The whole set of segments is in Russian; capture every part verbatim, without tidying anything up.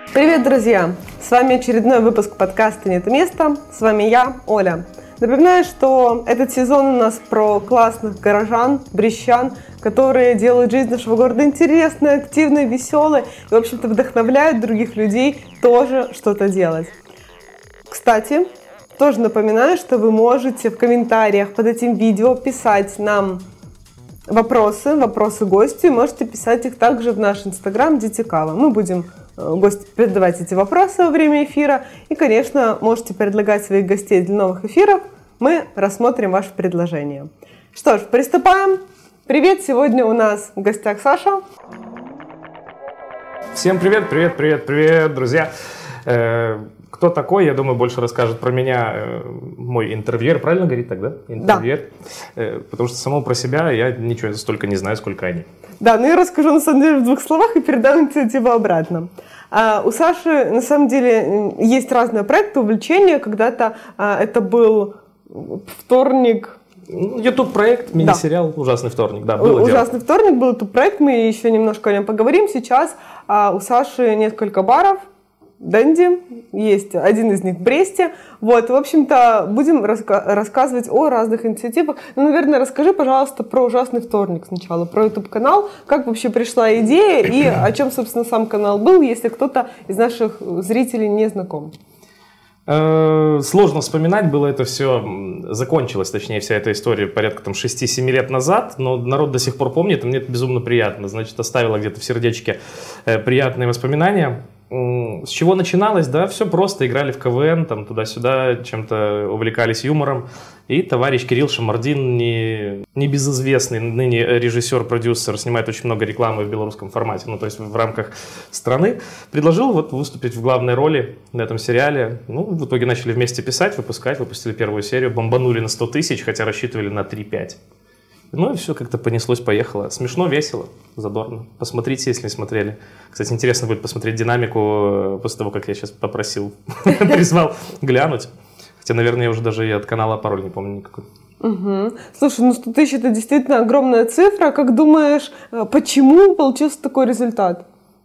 Привет, друзья! С вами очередной выпуск подкаста «Нет места». С вами я, Оля. Напоминаю, что этот сезон у нас про классных горожан, брестчан, которые делают жизнь нашего города интересной, активной, веселой и, в общем-то, вдохновляют других людей тоже что-то делать. Кстати, тоже напоминаю, что вы можете в комментариях под этим видео писать нам вопросы, вопросы гостю, можете писать их также в наш инстаграм Детикава. Мы будем гостю передавать эти вопросы во время эфира. И, конечно, можете предлагать своих гостей для новых эфиров. Мы рассмотрим ваше предложение. Что ж, приступаем. Привет, сегодня у нас в гостях Саша. Всем привет, привет, привет, привет, друзья. Кто такой, я думаю, больше расскажет про меня мой интервьюер. Правильно говорить тогда? Интервьюер. Да. Потому что самому про себя я ничего столько не знаю, сколько они. Да, ну я расскажу на самом деле в двух словах и передам инициативу обратно. А у Саши на самом деле есть разные проекты, увлечения. Когда-то а, это был вторник. YouTube-проект, мини-сериал да. «Ужасный вторник». Да, было «Ужасный дело. вторник» был YouTube-проект, мы еще немножко о нем поговорим. Сейчас а, у Саши несколько баров. Дэнди, есть один из них в Бресте. Вот, в общем-то, будем раска- рассказывать о разных инициативах. Ну, наверное, расскажи, пожалуйста, про «Ужасный вторник» сначала, про YouTube-канал, как вообще пришла идея и о чем, собственно, сам канал был, если кто-то из наших зрителей не знаком. Сложно вспоминать, было это все, закончилось, точнее, вся эта история порядка там шести-семи лет назад, но народ до сих пор помнит, и мне это безумно приятно, значит, оставило где-то в сердечке приятные воспоминания. С чего начиналось? Да, все просто, играли в КВН, там туда-сюда, чем-то увлекались юмором. И товарищ Кирилл Шамардин, не, не безызвестный ныне режиссер-продюсер, снимает очень много рекламы в белорусском формате, ну то есть в рамках страны, предложил вот выступить в главной роли на этом сериале. Ну, в итоге начали вместе писать, выпускать, выпустили первую серию, бомбанули на сто тысяч, хотя рассчитывали на три-пять. Ну и все как-то понеслось-поехало. Смешно, весело, задорно. Посмотрите, если не смотрели. Кстати, интересно будет посмотреть динамику после того, как я сейчас попросил, призвал глянуть. Хотя, наверное, я уже даже и от канала пароль не помню никакой. Угу. Слушай, ну сто тысяч это действительно огромная цифра. Как думаешь, почему получился такой результат?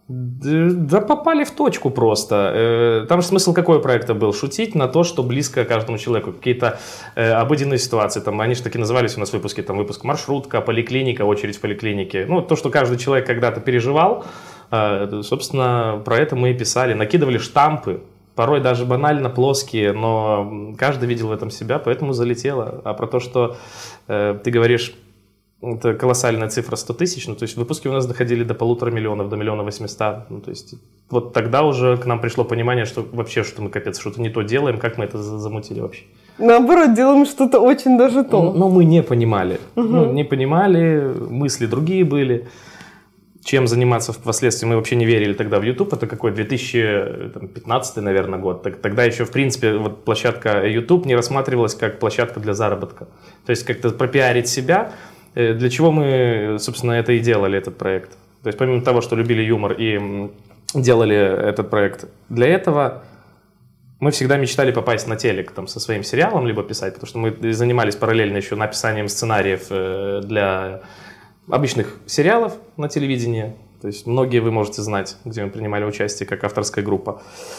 Да попали в точку просто. Там же смысл какой проекта был? Шутить на то, что близко каждому человеку. Какие-то обыденные ситуации. Там, они же таки назывались у нас выпуски. Там выпуск маршрутка, поликлиника, очередь в поликлинике. Ну, то, что каждый человек когда-то переживал. Собственно, про это мы и писали. Накидывали штампы. Порой даже банально плоские, но каждый видел в этом себя, поэтому залетело. А про то, что э, ты говоришь, это колоссальная цифра сто тысяч, ну то есть выпуски у нас доходили до полутора миллионов, до миллиона восьмисот. Ну то есть вот тогда уже к нам пришло понимание, что вообще что мы капец, что-то не то делаем, как мы это замутили вообще. Наоборот, делаем что-то очень даже то. Но мы не понимали, угу. ну, не понимали, мысли другие были. Чем заниматься впоследствии, мы вообще не верили тогда в YouTube. Это какой две тысячи пятнадцатый, наверное, год. Тогда еще, в принципе, вот площадка YouTube не рассматривалась как площадка для заработка. То есть как-то пропиарить себя, для чего мы, собственно, это и делали, этот проект. То есть помимо того, что любили юмор и делали этот проект, для этого мы всегда мечтали попасть на телек там, со своим сериалом, либо писать, потому что мы занимались параллельно еще написанием сценариев для обычных сериалов на телевидении, то есть многие вы можете знать, где мы принимали участие как авторская группа.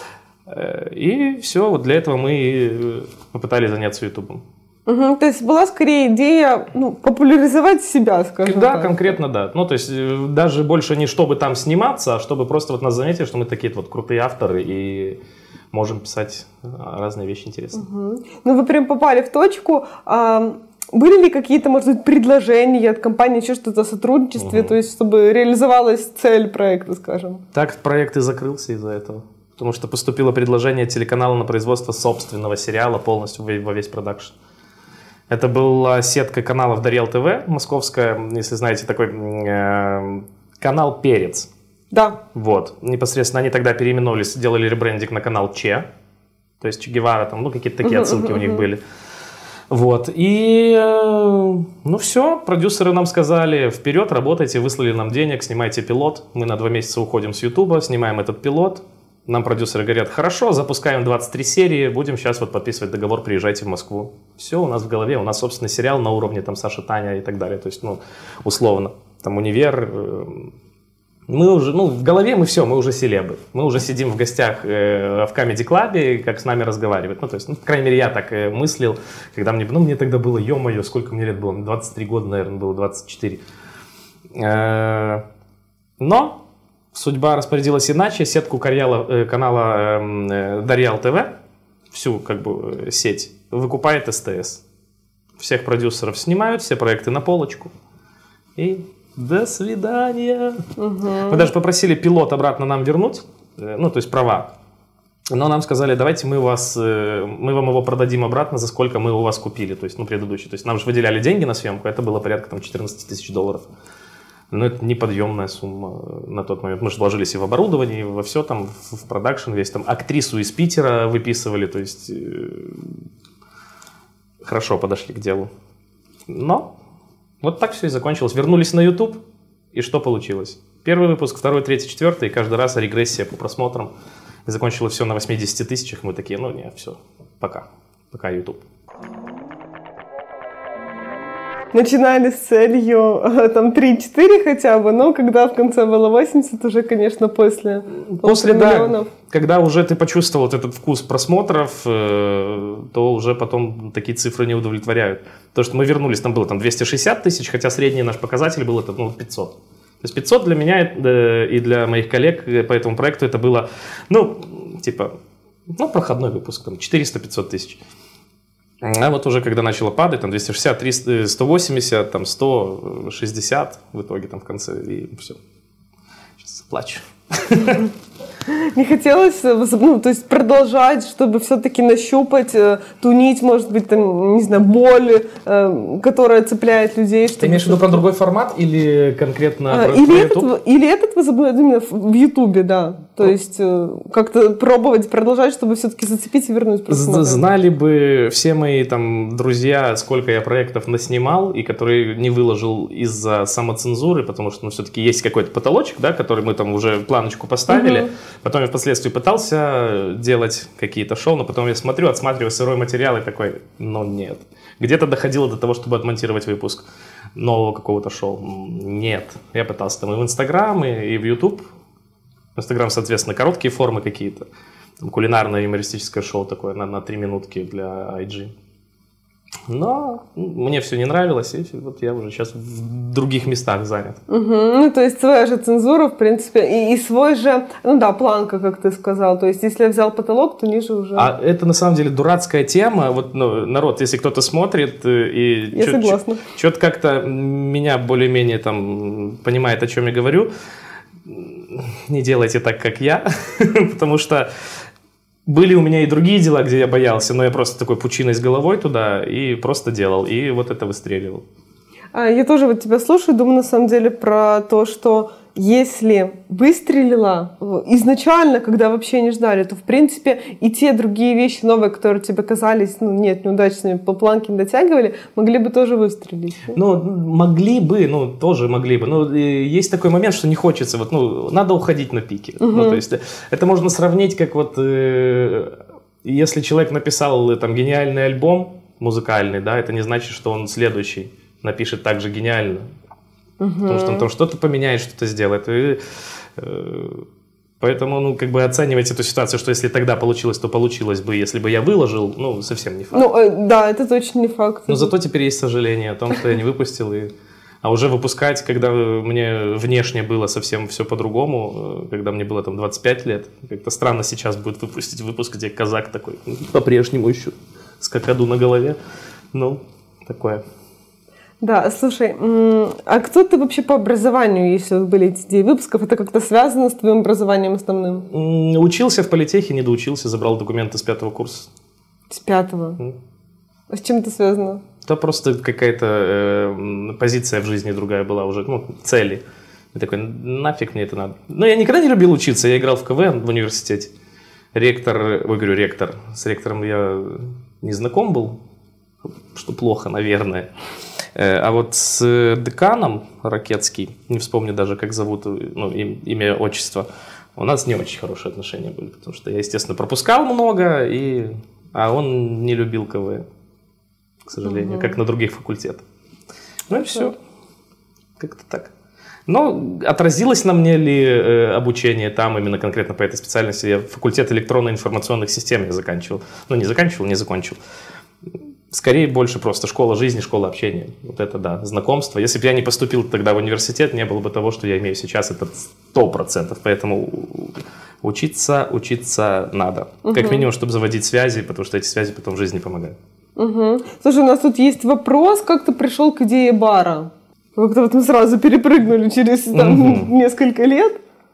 И все, вот для этого мы попытались заняться ютубом. Угу, то есть была скорее идея ну, популяризовать себя, скажем да, так. Да, конкретно да. Ну, то есть даже больше не чтобы там сниматься, а чтобы просто вот нас заметили, что мы такие вот крутые авторы и можем писать разные вещи интересные. Угу. Ну, вы прям попали в точку. А... Были ли какие-то, может быть, предложения от компании, еще что-то о сотрудничестве, угу. то есть чтобы реализовалась цель проекта, скажем? Так проект и закрылся из-за этого. Потому что поступило предложение телеканала на производство собственного сериала полностью во весь продакшн. Это была сетка каналов Дарьял ТВ, московская, если знаете, такой э, канал «Перец». Да. Вот. Непосредственно они тогда переименовались, делали ребрендинг на канал Че. То есть Че Гевара, там, ну, какие-то такие отсылки у них были. Вот, и, ну все, продюсеры нам сказали, вперед, работайте, выслали нам денег, снимайте пилот. Мы на два месяца уходим с Ютуба, снимаем этот пилот. Нам продюсеры говорят, хорошо, запускаем двадцать три серии, будем сейчас вот подписывать договор, приезжайте в Москву. Все у нас в голове, у нас собственный сериал на уровне там Саша, Таня и так далее, то есть, ну, условно, там универ, Мы уже, ну, в голове мы все, мы уже селебы. Мы уже сидим в гостях э, в Comedy Club, как с нами разговаривают. Ну, то есть, ну, по крайней мере, я так э, мыслил, когда мне, ну, мне тогда было, ё-моё, сколько мне лет было? двадцать три года, наверное, было, двадцать четыре. Э, но судьба распорядилась иначе. Сетку карьяла, э, канала э, Дарьял ТВ, всю, как бы, сеть, выкупает СТС. Всех продюсеров снимают, все проекты на полочку. И... До свидания. Угу. Мы даже попросили пилот обратно нам вернуть, ну, то есть права. Но нам сказали, давайте мы, вас, мы вам его продадим обратно, за сколько мы у вас купили, то есть, ну, предыдущий. То есть нам же выделяли деньги на съемку, это было порядка там четырнадцать тысяч долларов. Но это неподъемная сумма на тот момент. Мы же вложились и в оборудование, и во все там, в продакшн весь. Там актрису из Питера выписывали, то есть хорошо подошли к делу. Но... Вот так все и закончилось. Вернулись на YouTube, и что получилось? Первый выпуск, второй, третий, четвертый, и каждый раз регрессия по просмотрам. И закончилось все на восьмидесяти тысячах. Мы такие, ну нет, все, пока, пока YouTube. Начинали с целью там три-четыре хотя бы, но когда в конце было восемьдесят, уже, конечно, после, после да, когда уже ты почувствовал вот этот вкус просмотров, э, то уже потом такие цифры не удовлетворяют. То, что мы вернулись, там было там двести шестьдесят тысяч, хотя средний наш показатель был это, ну, пятьсот. То есть пятьсот для меня э, и для моих коллег по этому проекту это было, ну, типа, ну, проходной выпуск, там, четыреста-пятьсот тысяч. А вот уже когда начало падать, там двести шестьдесят, триста, сто восемьдесят, там сто шестьдесят в итоге там в конце, и все. Сейчас заплачу. Не хотелось, ну, то есть продолжать, чтобы все-таки нащупать ту нить, может быть, там, не знаю, боль, э, которая цепляет людей. Ты имеешь в виду про другой формат или конкретно а, про, или, про этот, YouTube? Или этот возобновить именно в Ютубе, да. То oh. есть э, как-то пробовать, продолжать, чтобы все-таки зацепить и вернуть просмотр. Знали бы все мои там друзья, сколько я проектов наснимал и которые не выложил из-за самоцензуры, потому что, ну, все-таки есть какой-то потолочек, да, который мы там уже планочку поставили. Uh-huh. Потом я впоследствии пытался делать какие-то шоу, но потом я смотрю, отсматриваю сырой материал и такой, ну нет. Где-то доходило до того, чтобы отмонтировать выпуск нового какого-то шоу. Нет. Я пытался там и в Инстаграм, и, и в Ютуб. В Инстаграм, соответственно, короткие формы какие-то. Там кулинарное юмористическое шоу такое на, на три минутки для ай джи. Но мне все не нравилось, и вот я уже сейчас в других местах занят. Угу. Ну, то есть своя же цензура, в принципе, и, и свой же, ну да, планка, как ты сказал. То есть если я взял потолок, то ниже уже... А это на самом деле дурацкая тема. Вот, ну, народ, если кто-то смотрит и... Я согласна. Что-то как-то меня более-менее там понимает, о чем я говорю, не делайте так, как я, потому что... Были у меня и другие дела, где я боялся, но я просто такой пучиной с головой туда и просто делал, и вот это выстреливал. Я тоже вот тебя слушаю, думаю на самом деле про то, что если выстрелила изначально, когда вообще не ждали, то в принципе и те другие вещи новые, которые тебе казались, ну нет, неудачными, по планке не дотягивали, могли бы тоже выстрелить. Ну, могли бы, ну, тоже могли бы. Но есть такой момент, что не хочется, вот, ну, надо уходить на пике. Угу. Ну, то есть это можно сравнить, как вот, э, если человек написал там гениальный альбом музыкальный, да, это не значит, что он следующий напишет также гениально. Угу. Потому что он там что-то поменяет, что-то сделает. И, э, поэтому, ну, как бы оценивать эту ситуацию, что если тогда получилось, то получилось бы, если бы я выложил, ну, совсем не факт. Ну, э, да, это точно не факт. Но зато теперь есть сожаление о том, что я не выпустил. И... А уже выпускать, когда мне внешне было совсем все по-другому, когда мне было там двадцать пять лет, как-то странно сейчас будет выпустить выпуск, где казак такой, по-прежнему еще с какаду на голове. Ну, такое. Да, слушай, а кто ты вообще по образованию, если были эти идеи выпусков? Это как-то связано с твоим образованием основным? Учился в политехе, не доучился, забрал документы с пятого курса. С пятого? Mm. А с чем это связано? Это просто какая-то э, позиция в жизни другая была уже, ну, цели. Я такой, нафиг мне это надо. Но я никогда не любил учиться, я играл в ка вэ эн в университете. Ректор, ой, говорю, ректор, с ректором я не знаком был, что плохо, наверное. А вот с деканом Ракетский, не вспомню даже, как зовут, ну, имя, отчество, у нас не очень хорошие отношения были, потому что я, естественно, пропускал много, и... а он не любил ка вэ эн, к сожалению, угу. как на других факультетах. Ну и все, как-то так. Но отразилось на мне ли э, обучение там именно конкретно по этой специальности? Я факультет электронно-информационных систем я заканчивал. Ну, не заканчивал, не закончил. Скорее, больше просто школа жизни, школа общения. Вот это да, знакомство. Если бы я не поступил тогда в университет, не было бы того, что я имею сейчас, это сто процентов. Поэтому учиться, учиться надо. Угу. Как минимум, чтобы заводить связи, потому что эти связи потом в жизни помогают. Угу. Слушай, у нас тут есть вопрос, как ты пришел к идее бара? Как-то вот мы сразу перепрыгнули через там, угу. несколько лет.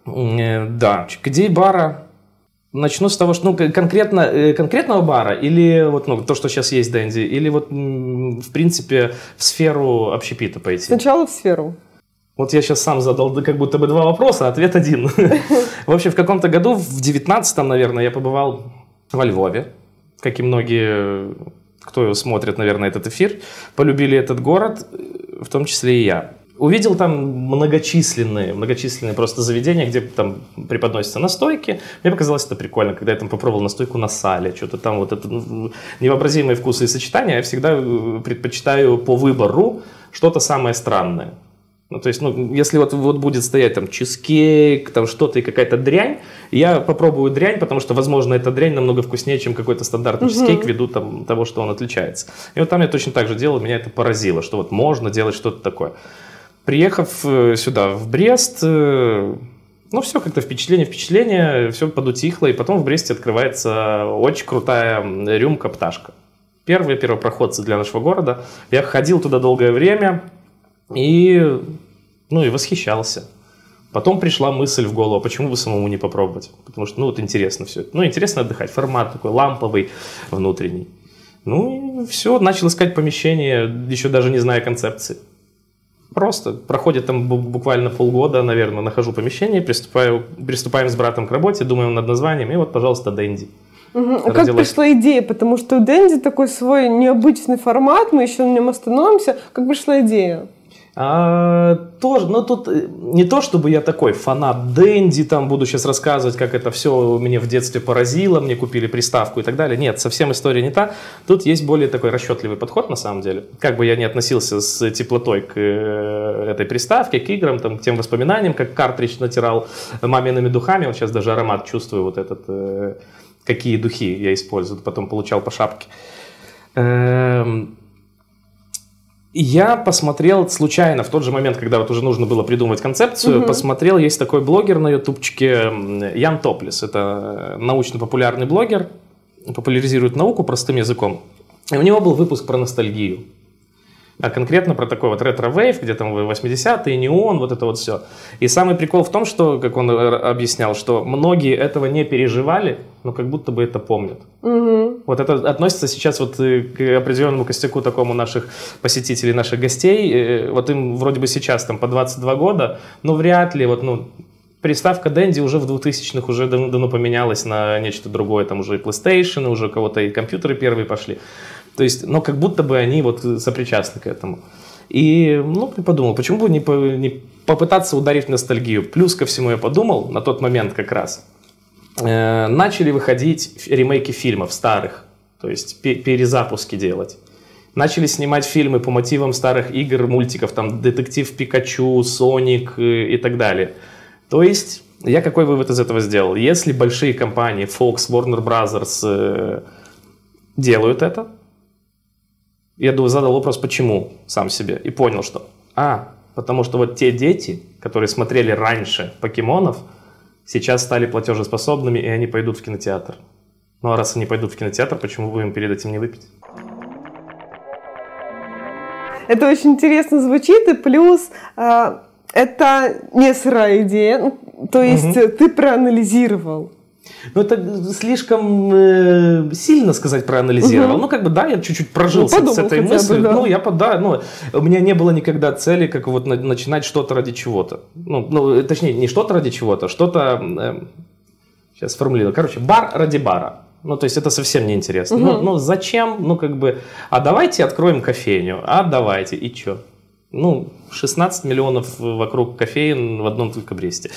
Да, к идее бара. Начну с того, что ну, конкретно, конкретного бара или вот, ну, то, что сейчас есть Дэнди, или вот в принципе в сферу общепита пойти? Сначала в сферу. Вот я сейчас сам задал как будто бы два вопроса, а ответ один. В общем, в каком-то году, в девятнадцатом, наверное, я побывал во Львове, как и многие, кто смотрит, наверное, этот эфир, полюбили этот город, в том числе и я. Увидел там многочисленные, многочисленные просто заведения, где там преподносятся настойки. Мне показалось это прикольно, когда я там попробовал настойку на сале, что-то там вот это невообразимые вкусы и сочетания. Я всегда предпочитаю по выбору что-то самое странное. Ну, то есть, ну, если вот, вот будет стоять там чизкейк, там что-то и какая-то дрянь, я попробую дрянь, потому что, возможно, эта дрянь намного вкуснее, чем какой-то стандартный uh-huh. чизкейк, ввиду там, того, что он отличается. И вот там я точно так же делал, меня это поразило, что вот можно делать что-то такое. Приехав сюда, в Брест, ну, все как-то впечатление, впечатление, все подутихло, и потом в Бресте открывается очень крутая рюмка «Пташка». Первые первопроходцы для нашего города. Я ходил туда долгое время и, ну, и восхищался. Потом пришла мысль в голову, почему бы самому не попробовать? Потому что, ну, вот интересно все. Ну, интересно отдыхать, формат такой ламповый, внутренний. Ну, и все, начал искать помещение, еще даже не зная концепции. Просто проходит там буквально полгода, наверное, нахожу помещение, приступаю, приступаем с братом к работе, думаем над названием, и вот, пожалуйста, Дэнди. Угу. А как пришла идея? Потому что у Дэнди такой свой необычный формат, мы еще на нем остановимся. Как пришла идея? А, тоже, но тут не то, чтобы я такой фанат Дэнди, там буду сейчас рассказывать, как это все меня в детстве поразило, мне купили приставку и так далее. Нет, совсем история не та. Тут есть более такой расчетливый подход на самом деле. Как бы я ни относился с теплотой к этой приставке, к играм, там, к тем воспоминаниям, как картридж натирал мамиными духами, вот сейчас даже аромат чувствую, вот этот, какие духи я использую, потом получал по шапке. Я посмотрел случайно, в тот же момент, когда вот уже нужно было придумывать концепцию, угу. посмотрел, есть такой блогер на ютубчике, Ян Топлес, это научно-популярный блогер, популяризирует науку простым языком. И у него был выпуск про ностальгию, а конкретно про такой вот ретро-вейв, где там восьмидесятые, неон, вот это вот все. И самый прикол в том, что, как он объяснял, что многие этого не переживали, но как будто бы это помнят. Угу. Вот это относится сейчас вот к определенному костяку такому наших посетителей, наших гостей. Вот им вроде бы сейчас там по двадцать два года, но вряд ли вот, ну, приставка Дэнди уже в двухтысячных уже давно, давно поменялась на нечто другое. Там уже и PlayStation, уже у кого-то и компьютеры первые пошли. То есть, ну, как будто бы они вот сопричастны к этому. И, ну, я подумал, почему бы не, по, не попытаться ударить в ностальгию. Плюс ко всему я подумал, на тот момент как раз, э, начали выходить ремейки фильмов старых, то есть перезапуски делать. Начали снимать фильмы по мотивам старых игр, мультиков, там, Детектив Пикачу, Соник и, и так далее. То есть, я какой вывод из этого сделал? Если большие компании, Fox, Warner Brothers э, делают это, я задал вопрос, почему, сам себе, и понял, что, а, потому что вот те дети, которые смотрели раньше покемонов, сейчас стали платежеспособными, и они пойдут в кинотеатр. Ну а раз они пойдут в кинотеатр, почему бы им перед этим не выпить? Это очень интересно звучит, и плюс э, это не сырая идея, то есть угу. ты проанализировал. Ну, это слишком э, сильно сказать проанализировал. Угу. Ну, как бы, да, я чуть-чуть прожился ну, с этой мыслью. Бы, да. Ну, я, да, ну, у меня не было никогда цели, как вот на, начинать что-то ради чего-то. Ну, ну, точнее, не что-то ради чего-то, что-то, э, сейчас сформулирую. Короче, бар ради бара. Ну, то есть, это совсем неинтересно. Угу. Ну, ну, зачем? Ну, как бы, а давайте откроем кофейню. А давайте, и чё? Ну, шестнадцать миллионов вокруг кофеин в одном только Бресте.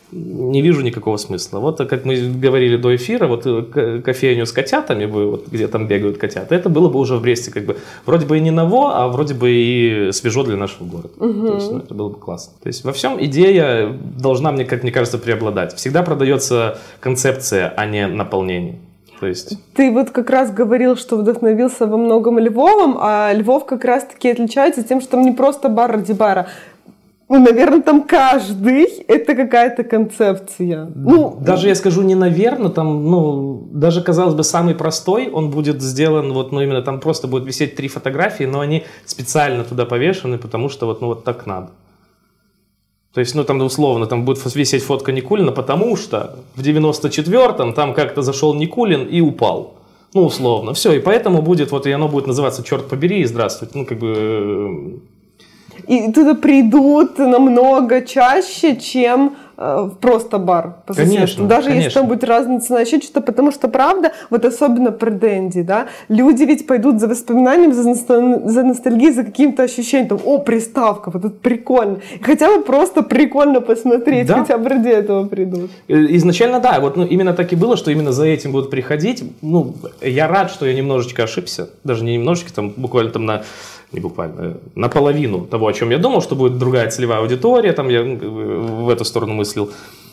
не вижу никакого смысла. Вот как мы говорили до эфира, вот кофейню с котятами, вот, где там бегают котята, это было бы уже в Бресте как бы вроде бы и не ново, а вроде бы и свежо для нашего города. Угу. То есть, ну, это было бы классно. То есть во всем идея должна, мне, как мне кажется, преобладать. Всегда продается концепция, а не наполнение. То есть... Ты вот как раз говорил, что вдохновился во многом Львовом, а Львов как раз-таки отличается тем, что там не просто бар ради бара. Ну, наверное, там каждый — это какая-то концепция. Ну, даже я скажу не наверное, там, ну, даже, казалось бы, самый простой, он будет сделан, вот, ну, именно там просто будет висеть три фотографии, но они специально туда повешены, потому что вот, ну, вот так надо. То есть, ну, там, условно, там будет висеть фотка Никулина, потому что в девяносто четвёртом там как-то зашел Никулин и упал. Ну, условно. Все, и поэтому будет, вот, и оно будет называться «Черт побери» и «Здравствуйте». Ну, как бы... И туда придут намного чаще, чем э, просто бар по соседству. Конечно, даже конечно. Если там будет разная цена, еще что-то, потому что, правда, вот особенно про Дэнди, да, люди ведь пойдут за воспоминаниями, за, носталь... за ностальгией, за каким-то ощущением, там, о, приставка, вот это прикольно. Хотя бы просто прикольно посмотреть, да? Хотя бы ради этого придут. Изначально, да, вот, ну, именно так и было, что именно за этим будут приходить. Ну, я рад, что я немножечко ошибся, даже не немножечко, там, буквально там на... не буквально, наполовину того, о чем я думал, что будет другая целевая аудитория, там я в эту сторону мыслил.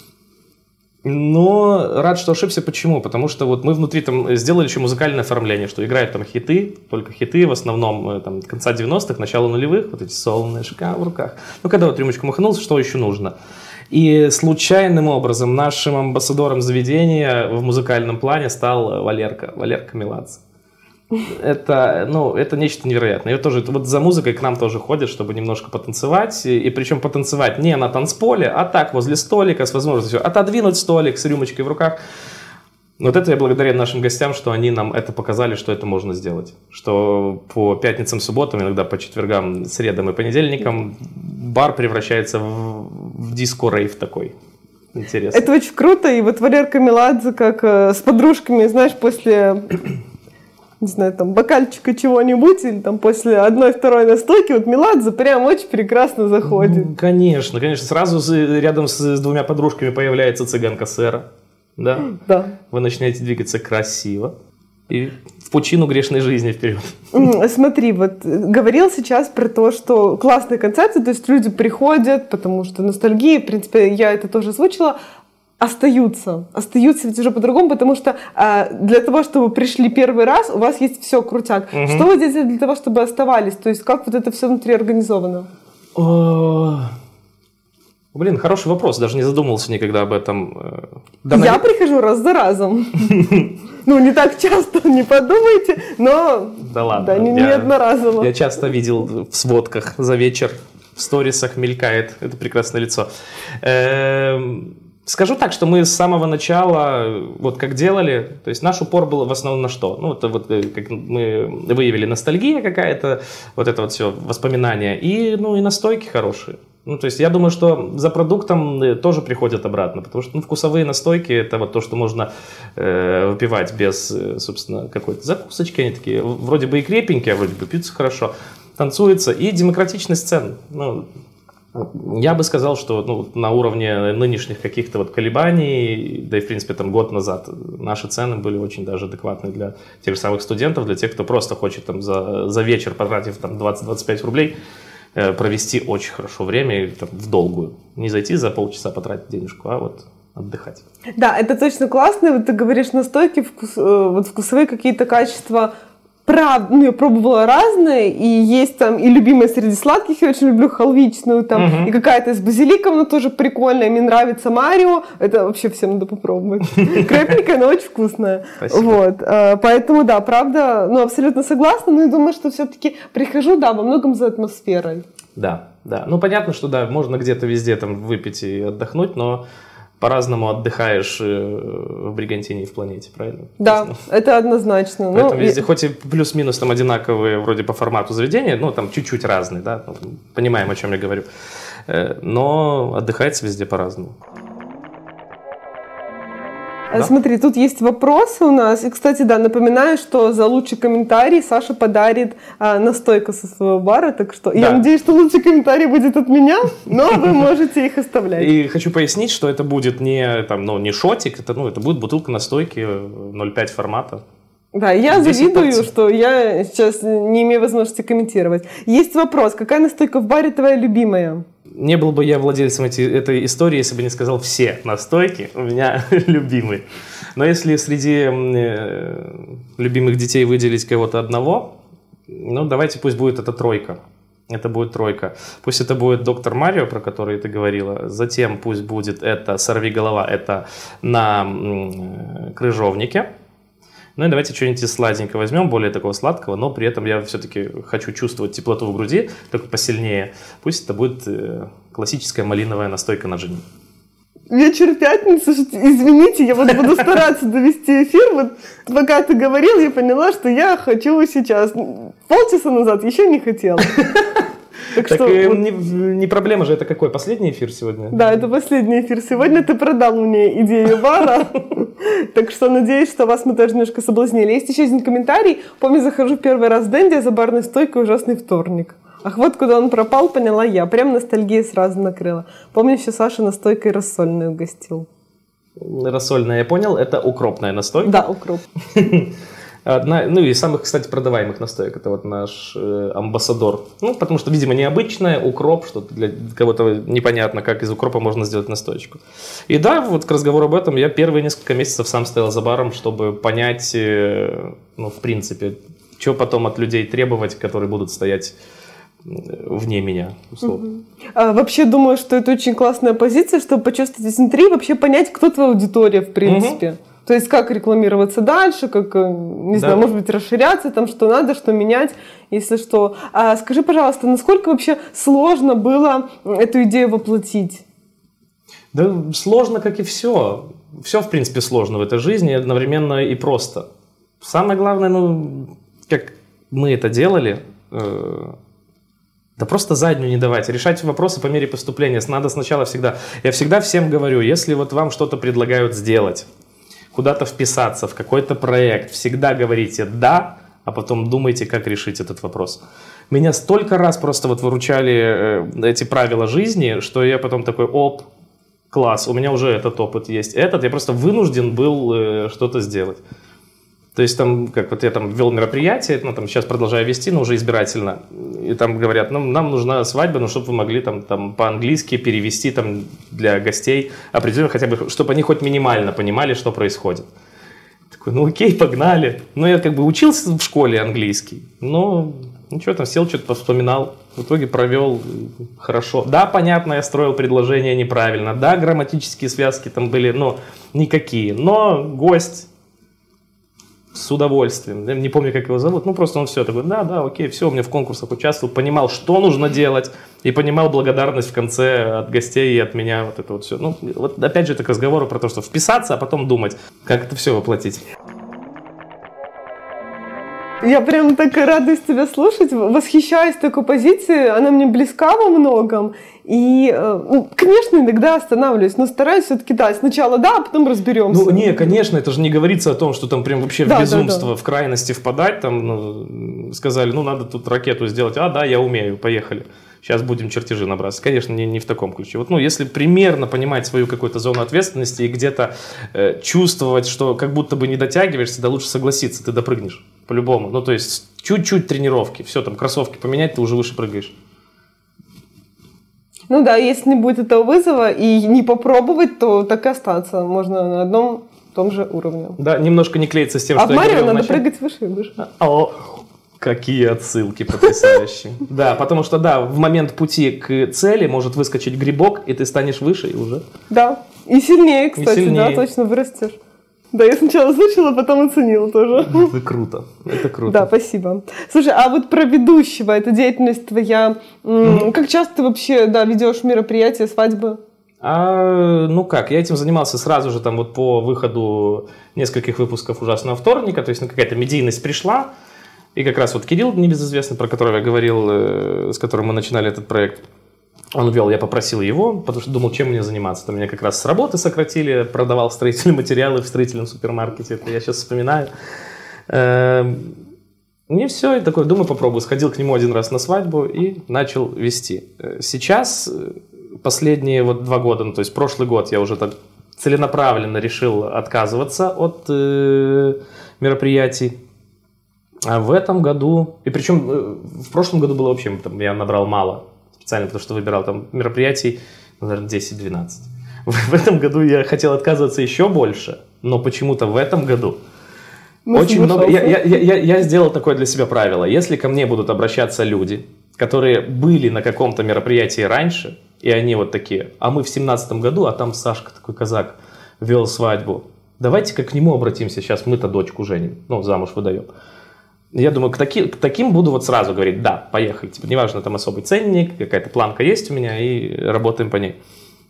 Но рад, что ошибся. Почему? Потому что вот мы внутри там сделали еще музыкальное оформление, что играют там хиты, только хиты, в основном там конца девяностых, начала нулевых, вот эти «Солнышко в руках». Ну, когда вот рюмочку махнул, что еще нужно? И случайным образом нашим амбассадором заведения в музыкальном плане стал Валерка, Валерка Меладзе. Это, ну, это нечто невероятное. И вот, тоже, вот за музыкой к нам тоже ходят, чтобы немножко потанцевать. И, и причем потанцевать не на танцполе, а так возле столика с возможностью отодвинуть столик с рюмочкой в руках. Вот это я благодарен нашим гостям, что они нам это показали, что это можно сделать. Что по пятницам, субботам, иногда по четвергам, средам и понедельникам бар превращается в, в диско-рейв такой. Интересно. Это очень круто. И вот Валерка Меладзе, как э, с подружками, знаешь, после... не знаю, там, бокальчика чего-нибудь, или там после одной-второй настойки, вот Меладзе прям очень прекрасно заходит. Ну, конечно, конечно. Сразу с, рядом с, с двумя подружками появляется цыганка Сэра. Да? Да. Вы начинаете двигаться красиво. И в пучину грешной жизни вперед. Смотри, вот говорил сейчас про то, что классная концепция, то есть люди приходят, потому что ностальгия, в принципе, я это тоже озвучила, остаются, остаются ведь уже по-другому, потому что э, для того, чтобы пришли первый раз, у вас есть все крутяк. Угу. Что вы делаете для того, чтобы оставались? То есть как вот это все внутри организовано? О... Блин, хороший вопрос, даже не задумывался никогда об этом. Да, я на... прихожу раз за разом. Ну, не так часто, не подумайте, но да ладно, да, не, не одноразово. Я часто видел в сводках за вечер, в сторисах мелькает это прекрасное лицо. Скажу так, что мы с самого начала, вот как делали, то есть наш упор был в основном на что? Ну, это вот как мы выявили, ностальгия какая-то, вот это вот все, воспоминания, и, ну, и настойки хорошие. Ну, то есть я думаю, что за продуктом тоже приходят обратно, потому что, ну, вкусовые настойки — это вот то, что можно э, выпивать без, собственно, какой-то закусочки, они такие вроде бы и крепенькие, а вроде бы пьются хорошо, танцуется, и демократичность цен, ну, я бы сказал, что, ну, на уровне нынешних каких-то вот колебаний, да и в принципе там год назад наши цены были очень даже адекватны для тех же самых студентов, для тех, кто просто хочет там за, за вечер, потратив там двадцать-двадцать пять рублей, э, провести очень хорошо время там, в долгую. Не зайти за полчаса потратить денежку, а вот отдыхать. Да, это точно классно. Вот ты говоришь, настойки, вкус, вот вкусовые какие-то качества. Правда, ну, я пробовала разные, и есть там и любимые среди сладких, я очень люблю халвичную, там, uh-huh. и какая-то с базиликом, но тоже прикольная, мне нравится Марио, это вообще всем надо попробовать. Крепенькая, но очень вкусная. Вот, поэтому, да, правда, ну, абсолютно согласна, но я думаю, что все-таки прихожу, да, во многом за атмосферой. Да, да, ну, понятно, что, да, можно где-то везде там выпить и отдохнуть, но по-разному отдыхаешь в Бригантине и в Планете, правильно? Да, ну, это однозначно. Поэтому ну, везде, и... хоть и плюс-минус там одинаковые вроде по формату заведения, ну там чуть-чуть разные, да, ну, понимаем, о чем я говорю, но отдыхается везде по-разному. Да? Смотри, тут есть вопросы у нас. И, кстати, да, напоминаю, что за лучший комментарий Саша подарит а, настойку со своего бара. Так что да. Я надеюсь, что лучший комментарий будет от меня, но вы можете их оставлять. И хочу пояснить, что это будет не, там, ну, не шотик, это, ну, это будет бутылка настойки ноль пять формата. Да, я завидую, что я сейчас не имею возможности комментировать. Есть вопрос, какая настойка в баре твоя любимая? Не был бы я владельцем эти, этой истории, если бы не сказал все настойки у меня любимые. Но если среди э, любимых детей выделить кого-то одного, ну давайте пусть будет это тройка. Это будет тройка. Пусть это будет доктор Марио, про который ты говорила. Затем пусть будет это сорвиголова, это на э, крыжовнике. Ну и давайте что-нибудь сладенького возьмем, более такого сладкого, но при этом я все-таки хочу чувствовать теплоту в груди, только посильнее. Пусть это будет э, классическая малиновая настойка на джине. Вечер пятницы, извините, я вот буду стараться довести эфир. Вот пока ты говорил, я поняла, что я хочу сейчас. Полчаса назад еще не хотела. Так, так что, вот... не, не проблема же, это какой? Последний эфир сегодня? Да, это последний эфир сегодня. Ты продал мне идею бара. Так что надеюсь, что вас мы тоже немножко соблазнили. Есть еще один комментарий. Помню, захожу первый раз в Дэнди за барной стойкой «Ужасный вторник». Ах, вот куда он пропал, поняла я. Прям ностальгия сразу накрыла. Помню, еще Саша настойкой рассольной угостил. Рассольная, я понял, это укропная настойка? Да, укроп. Одна, ну и самых, кстати, продаваемых настоек, это вот наш э, амбассадор. Ну, потому что, видимо, необычная, укроп, что-то для кого-то непонятно, как из укропа можно сделать настоечку. И да, вот к разговору об этом я первые несколько месяцев сам стоял за баром, чтобы понять, э, ну, в принципе, что потом от людей требовать, которые будут стоять вне меня, условно. Угу. А, вообще, думаю, что это очень классная позиция, чтобы почувствовать изнутри, вообще понять, кто твоя аудитория, в принципе. Угу. То есть, как рекламироваться дальше, как, не знаю, да. может быть, расширяться, там, что надо, что менять, если что. А скажи, пожалуйста, насколько вообще сложно было эту идею воплотить? Да сложно, как и все. Все, в принципе, сложно в этой жизни, одновременно и просто. Самое главное, ну, как мы это делали, э, да просто заднюю не давать, решать вопросы по мере поступления. Надо сначала всегда... Я всегда всем говорю, если вот вам что-то предлагают сделать, куда-то вписаться, в какой-то проект, всегда говорите «да», а потом думайте, как решить этот вопрос. Меня столько раз просто вот выручали э, эти правила жизни, что я потом такой «оп, класс, у меня уже этот опыт есть, этот». Я просто вынужден был э, что-то сделать. То есть там, как вот я там вел мероприятие, ну там сейчас продолжаю вести, но уже избирательно. И там говорят, ну нам нужна свадьба, ну чтобы вы могли там, там по-английски перевести там для гостей определенно, хотя бы, чтобы они хоть минимально понимали, что происходит. Такой, ну окей, погнали. Ну я как бы учился в школе английский, но ничего там, сел, что-то вспоминал. В итоге провел хорошо. Да, понятно, я строил предложение неправильно. Да, грамматические связки там были, ну, никакие. Но гость... С удовольствием. Я не помню, как его зовут. Ну, просто он все такой, да, да, окей, все, у меня в конкурсах участвовал, понимал, что нужно делать, и понимал благодарность в конце от гостей и от меня, вот это вот все. Ну, вот опять же, это к разговору про то, что вписаться, а потом думать, как это все воплотить. Я прям так радуюсь тебя слушать, восхищаюсь такой позицией, она мне близка во многом. И, ну, конечно, иногда останавливаюсь, но стараюсь все-таки, да, сначала да, а потом разберемся. Ну, не, конечно, это же не говорится о том, что там прям вообще да, в безумство, да, да. в крайности впадать, там, ну, сказали, ну, надо тут ракету сделать, а, да, я умею, поехали. Сейчас будем чертежи набрасывать. Конечно, не, не в таком ключе. Вот, ну, если примерно понимать свою какую-то зону ответственности и где-то э, чувствовать, что как будто бы не дотягиваешься, да лучше согласиться, ты допрыгнешь по-любому. Ну, то есть чуть-чуть тренировки, все, там, кроссовки поменять, ты уже выше прыгаешь. Ну да, если не будет этого вызова и не попробовать, то так и остаться можно на одном том же уровне. Да, немножко не клеится с тем, а что в Марио надо вначале... прыгать выше и выше. О, какие отсылки потрясающие. Да, потому что, да, в момент пути к цели может выскочить грибок, и ты станешь выше и уже. Да, и сильнее, кстати, и сильнее. Да, точно вырастешь. Да, я сначала слышала, потом оценила тоже. Это круто, это круто. Да, спасибо. Слушай, а вот про ведущего, эта деятельность твоя, mm-hmm. как часто ты вообще, да, ведешь мероприятия, свадьбы? А, ну как, я этим занимался сразу же там вот по выходу нескольких выпусков «Ужасного вторника», то есть ну, какая-то медийность пришла, и как раз вот Кирилл небезызвестный, про которого я говорил, с которым мы начинали этот проект, Он вел, я попросил его, потому что думал, чем мне заниматься. Там меня как раз с работы сократили, продавал строительные материалы в строительном супермаркете. Это я сейчас вспоминаю. И все, и такой, думаю, попробую. Сходил к нему один раз на свадьбу и начал вести. Сейчас, последние вот два года, ну то есть прошлый год я уже так целенаправленно решил отказываться от э, мероприятий. А в этом году, и причем в прошлом году было вообще, там, я набрал мало, специально потому что выбирал там мероприятий, наверное, десять-двенадцать. В, в этом году я хотел отказываться еще больше, но почему-то в этом году Мы очень много... Я, я, я, я сделал такое для себя правило. Если ко мне будут обращаться люди, которые были на каком-то мероприятии раньше, и они вот такие, а мы в семнадцатом году, а там Сашка такой казак вел свадьбу, давайте-ка к нему обратимся, сейчас мы-то дочку женим, ну, замуж выдаем. Я думаю, к, таки, к таким буду вот сразу говорить, да, поехали, типа, неважно, там особый ценник, какая-то планка есть у меня, и работаем по ней.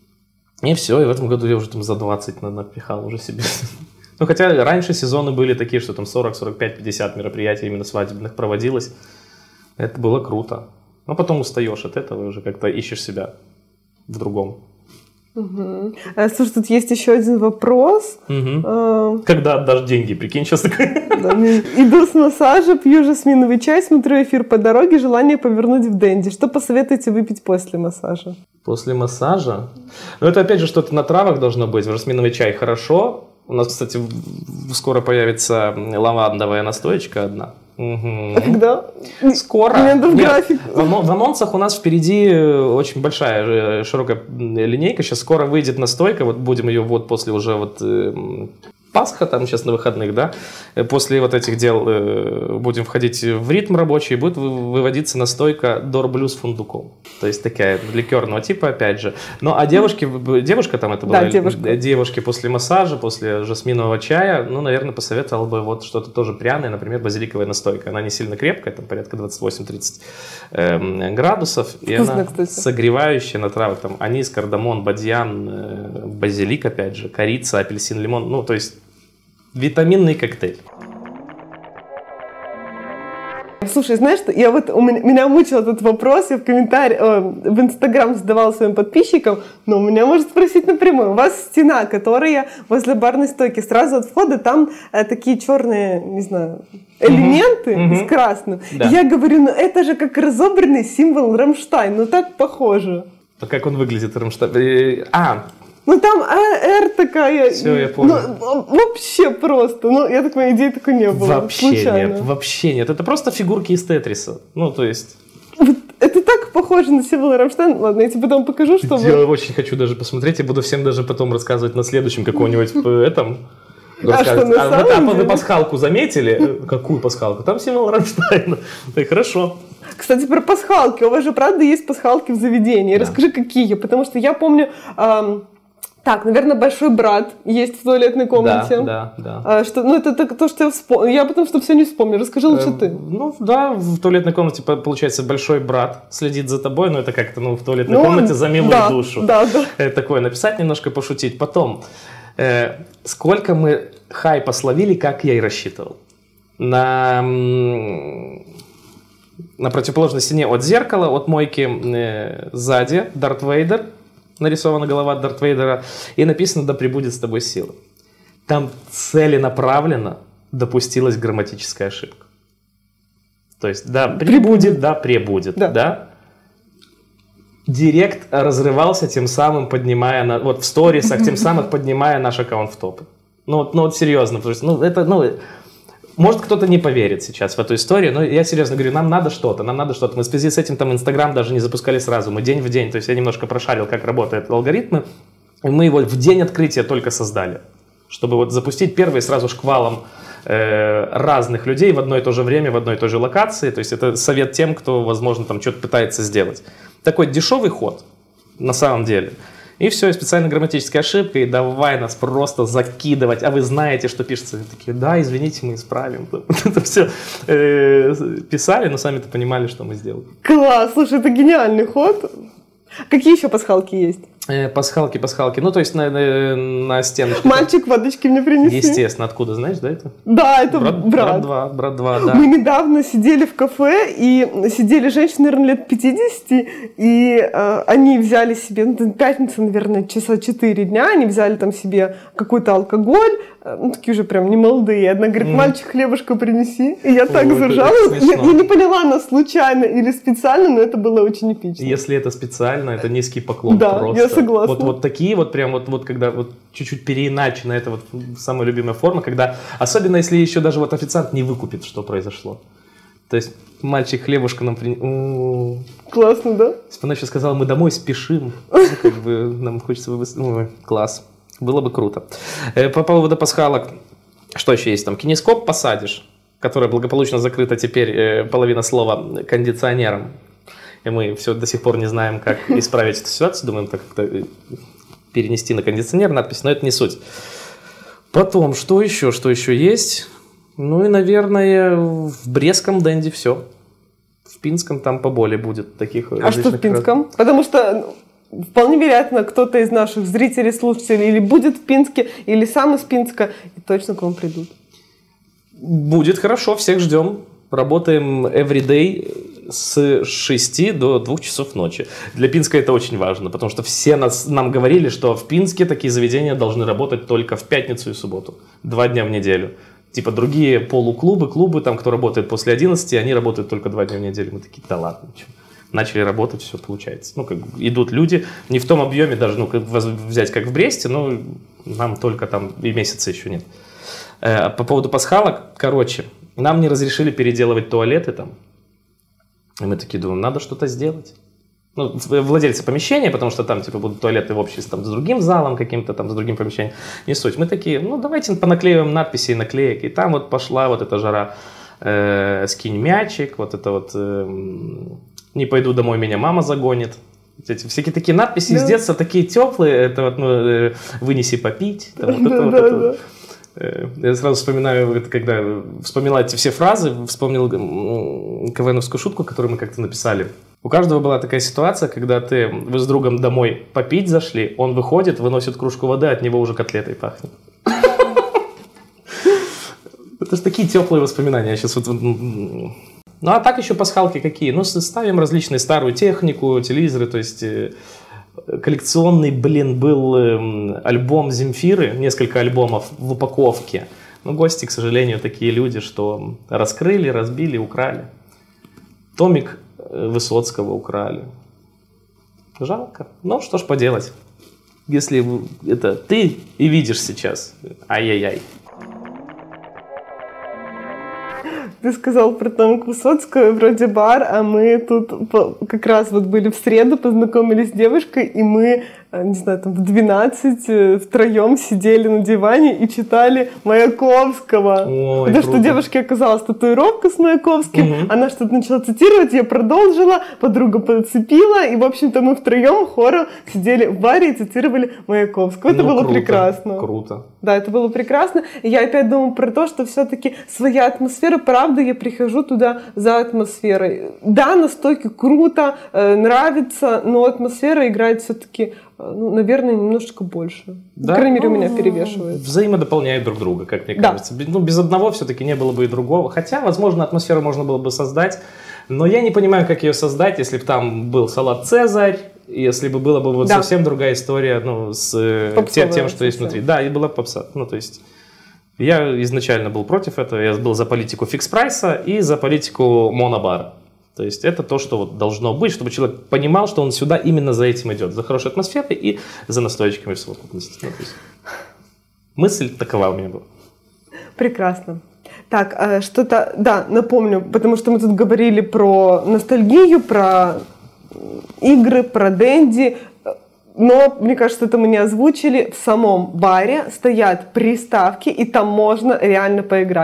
И все, и в этом году я уже там за двадцать напихал уже себе. Ну, хотя раньше сезоны были такие, что там сорок, сорок пять, пятьдесят мероприятий именно свадебных проводилось. Это было круто. Но потом устаешь от этого, уже как-то ищешь себя в другом. Угу. А, слушай, тут есть еще один вопрос. Угу. А... Когда отдашь деньги, прикинь, сейчас такой. Да, иду с массажа, пью жасминовый чай, смотрю эфир по дороге, желание повернуть в денди. Что посоветуете выпить после массажа? После массажа? Ну, это опять же что-то на травах должно быть. Жасминовый чай хорошо. У нас, кстати, скоро появится лавандовая настоечка одна. Угу. А когда? Скоро. Нет, в анонсах у нас впереди очень большая, широкая линейка. Сейчас скоро выйдет настойка. Вот будем ее вот после уже вот Пасха, там сейчас на выходных, да. После вот этих дел будем входить в ритм рабочий, и будет выводиться настойка Дорблю с фундуком. То есть такая ликерного типа, опять же. Ну, а девушки, девушка там это была? Да, девушка. Девушки после массажа, после жасминового чая, ну, наверное, посоветовал бы вот что-то тоже пряное, например, базиликовая настойка. Она не сильно крепкая, там порядка двадцать восемь тридцать э, градусов. И Вкусно, она кстати. Согревающая на травах. Там анис, кардамон, бадьян, э, базилик, опять же, корица, апельсин, лимон. Ну, то есть витаминный коктейль. Слушай, знаешь, что я вот, у меня, меня мучил этот вопрос, я в комментарии, э, в Инстаграм задавала своим подписчикам, но у меня может спросить напрямую. У вас стена, которая возле барной стойки, сразу от входа там э, такие черные, не знаю, элементы угу, с угу. красным. Да. Я говорю, ну это же как разобранный символ Рамштайн, ну так похоже. А как он выглядит, Рамштайн? А, ну там АР такая. Все, я понял. Ну, вообще просто. Ну, я так понимаю, идеи такой не было. Вообще случайно. нет, вообще нет. Это просто фигурки из Тетриса. Ну, то есть... Вот это так похоже на символ Рамштайн. Ладно, я тебе потом покажу, чтобы... Я очень хочу даже посмотреть. Я буду всем даже потом рассказывать на следующем каком-нибудь этом. А что, на самом деле? А вы пасхалку заметили? Какую пасхалку? Там символ Рамштайна. Хорошо. Кстати, про пасхалки. У вас же, правда, есть пасхалки в заведении. Расскажи, какие. Потому что я помню... Так, наверное, большой брат есть в туалетной комнате. Да, да, да. А, что, ну, это, это то, что я вспомнил. Я потому что все не вспомню. Расскажи лучше э, ты. Ну, да, в туалетной комнате, получается, большой брат следит за тобой, но это как-то, ну, в туалетной ну, комнате за милую да, душу. Да, да. Э, такое, написать немножко, пошутить. Потом, э, сколько мы хайпа словили, как я и рассчитывал. На, на противоположной стене от зеркала, от мойки э, сзади Дарт Вейдер. Нарисована голова Дарт Вейдера, и написано «Да пребудет с тобой сила». Там целенаправленно допустилась грамматическая ошибка. То есть «да пребудет», «да пребудет», да. да? Директ разрывался, тем самым поднимая, на, вот в сторисах, тем самым поднимая наш аккаунт в топы. Ну, вот, ну вот серьезно, то есть, ну это, ну... Может, кто-то не поверит сейчас в эту историю, но я серьезно говорю, нам надо что-то, нам надо что-то. Мы в связи с этим там Инстаграм даже не запускали сразу, мы день в день, то есть я немножко прошарил, как работают алгоритмы, и мы его в день открытия только создали, чтобы вот запустить первый сразу шквалом э, разных людей в одно и то же время, в одной и той же локации, то есть это совет тем, кто, возможно, там что-то пытается сделать. Такой дешевый ход, на самом деле. И все, и специально грамматическая ошибка, и давай нас просто закидывать. А вы знаете, что пишется? И такие, да, извините, мы исправим. Это все э, писали, но сами-то понимали, что мы сделали. Класс, слушай, это гениальный ход. Какие еще пасхалки есть? Пасхалки, пасхалки. Ну, то есть на, на, на стеночке. Мальчик, водочки мне принеси. Естественно. Откуда, знаешь, да, это? Да, это брат. брат. Брат два, брат два, да. Мы недавно сидели в кафе, и сидели женщины, наверное, лет пятидесяти, и э, они взяли себе, ну, пятница, наверное, часа четыре дня, они взяли там себе какой-то алкоголь, э, ну, такие уже прям не молодые. Одна говорит, mm. мальчик, хлебушка принеси. И я так заржала. Я, я не поняла, она случайно или специально, но это было очень эпично. Если это специально, это низкий поклон. Да, просто. Я согласна. Вот, вот такие вот прям вот, вот когда вот чуть-чуть переиначено, это вот самая любимая форма, когда, особенно если еще даже вот официант не выкупит, что произошло. То есть мальчик хлебушка нам принес. Классно, да? Она еще сказала, мы домой спешим. Ну, как бы нам хочется вывести. Ну, класс. Было бы круто. По поводу пасхалок, что еще есть там? Кинескоп посадишь, которая благополучно закрыта теперь, половина слова, кондиционером. И мы все до сих пор не знаем, как исправить эту ситуацию. Думаем, так как-то перенести на кондиционер надпись, но это не суть. Потом, что еще? Что еще есть? Ну и, наверное, в Брестском Денди все. В Пинском там поболее будет таких. А что в Пинском? Раз... Потому что вполне вероятно, кто-то из наших зрителей, слушателей или будет в Пинске, или сам из Пинска, и точно к вам придут. Будет хорошо, всех ждем. Работаем everyday с шести до двух часов ночи. Для Пинска это очень важно, потому что все нас, нам говорили, что в Пинске такие заведения должны работать только в пятницу и субботу. Два дня в неделю. Типа другие полуклубы, клубы, там, кто работает после одиннадцати, они работают только два дня в неделю. Мы такие, да ладно, ничего. Начали работать, все получается. Ну, как идут люди, не в том объеме даже, ну, как взять, как в Бресте, но нам только там и месяца еще нет. По поводу пасхалок, короче, нам не разрешили переделывать туалеты там. И мы такие думаем, надо что-то сделать. Ну, владельцы помещения, потому что там типа будут туалеты в обществе там, с другим залом каким-то, там с другим помещением. Не суть. Мы такие, ну давайте понаклеиваем надписи и наклеек. И там вот пошла вот эта жара. Э, скинь мячик, вот это вот э, не пойду домой, меня мама загонит. Эти, всякие такие надписи, да, из детства такие теплые. Это вот, ну, э, вынеси попить. Там, вот да, это, да, вот да, это. Да. Я сразу вспоминаю, это когда вспоминал эти все фразы, вспомнил КВНовскую шутку, которую мы как-то написали. У каждого была такая ситуация, когда ты, вы с другом домой попить зашли, он выходит, выносит кружку воды, от него уже котлетой пахнет. Это же такие теплые воспоминания. Сейчас вот... Ну а так еще пасхалки какие? Ну ставим различную старую технику, телевизоры, то есть... Коллекционный, блин, был э, альбом Земфиры, несколько альбомов в упаковке. Но гости, к сожалению, такие люди, что раскрыли, разбили, украли. Томик Высоцкого украли. Жалко. Ну, что ж поделать. Если это ты и видишь сейчас, ай-яй-яй. Ты сказал про Томик Высоцкого, вроде бар, а мы тут как раз вот были в среду, познакомились с девушкой, и мы, не знаю, там в двенадцать втроем сидели на диване и читали Маяковского. Ой, потому круто. Что девушке оказалась татуировка с Маяковским, угу. Она что-то начала цитировать, я продолжила, подруга подцепила, и, в общем-то, мы втроем хором сидели в баре и цитировали Маяковского. Это ну, было круто, прекрасно. Круто. Да, это было прекрасно. И я опять думаю про то, что все-таки своя атмосфера, правда, я прихожу туда за атмосферой. Да, настолько круто, э, нравится, но атмосфера играет все-таки, э, ну, наверное, немножечко больше. Да? По крайней мере, у меня перевешивает. Взаимодополняют друг друга, как мне да. кажется. Ну, без одного все-таки не было бы и другого. Хотя, возможно, атмосферу можно было бы создать, но я не понимаю, как ее создать, если бы там был салат «Цезарь», если бы была бы вот да. совсем другая история, ну, с тем, тем, что есть внутри. Да, и была попса. Ну, то есть... Я изначально был против этого, я был за политику фикс-прайса и за политику монобара. То есть это то, что вот должно быть, чтобы человек понимал, что он сюда именно за этим идет, за хорошей атмосферой и за настоечками в совокупности. Ну, то есть мысль такова у меня была. Прекрасно. Так, что-то, да, напомню, потому что мы тут говорили про ностальгию, про игры, про Денди. Но, мне кажется, это мы не озвучили. В самом баре стоят приставки, и там можно реально поиграть.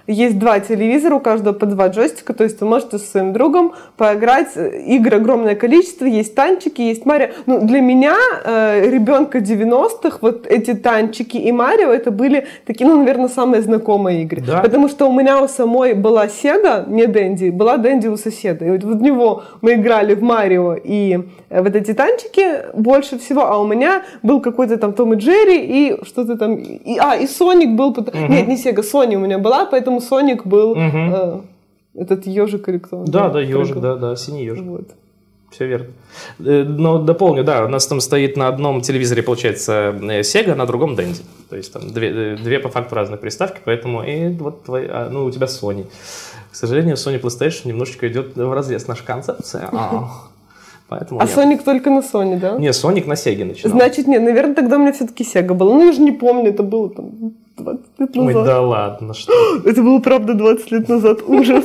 есть два телевизора, у каждого по два джойстика, то есть вы можете со своим другом поиграть. Игр огромное количество, есть танчики, есть Марио. Ну, для меня, э, ребенка девяностых, вот эти танчики и Марио, это были такие, ну, наверное, самые знакомые игры. Да. Потому что у меня у самой была Сега, не Дэнди, была Дэнди у соседа. И вот в него мы играли в Марио и вот эти танчики больше всего, а у меня был какой-то там Том и Джерри и что-то там... И, а, и Соник был... Угу. Нет, не Сега, Сони у меня была, поэтому Соник был угу. э, этот ежик или кто он. Да, да, ежик, да, да, синий ежик. Вот. Все верно. Но дополню, да, у нас там стоит на одном телевизоре, получается, Sega, на другом Dendy. То есть там две, две по факту разных приставки, поэтому и вот твои, а, ну, у тебя Sony. К сожалению, Sony PlayStation немножечко идет вразрез наша концепция. Поэтому а нет. Sonic только на Sony, да? Не, Sonic на Sega начинал. Значит, нет, наверное, тогда у меня все-таки Sega была. Ну, я же не помню, это было там двадцать лет назад. Ой, да ладно, что? Это было, правда, двадцать лет назад. Ужас.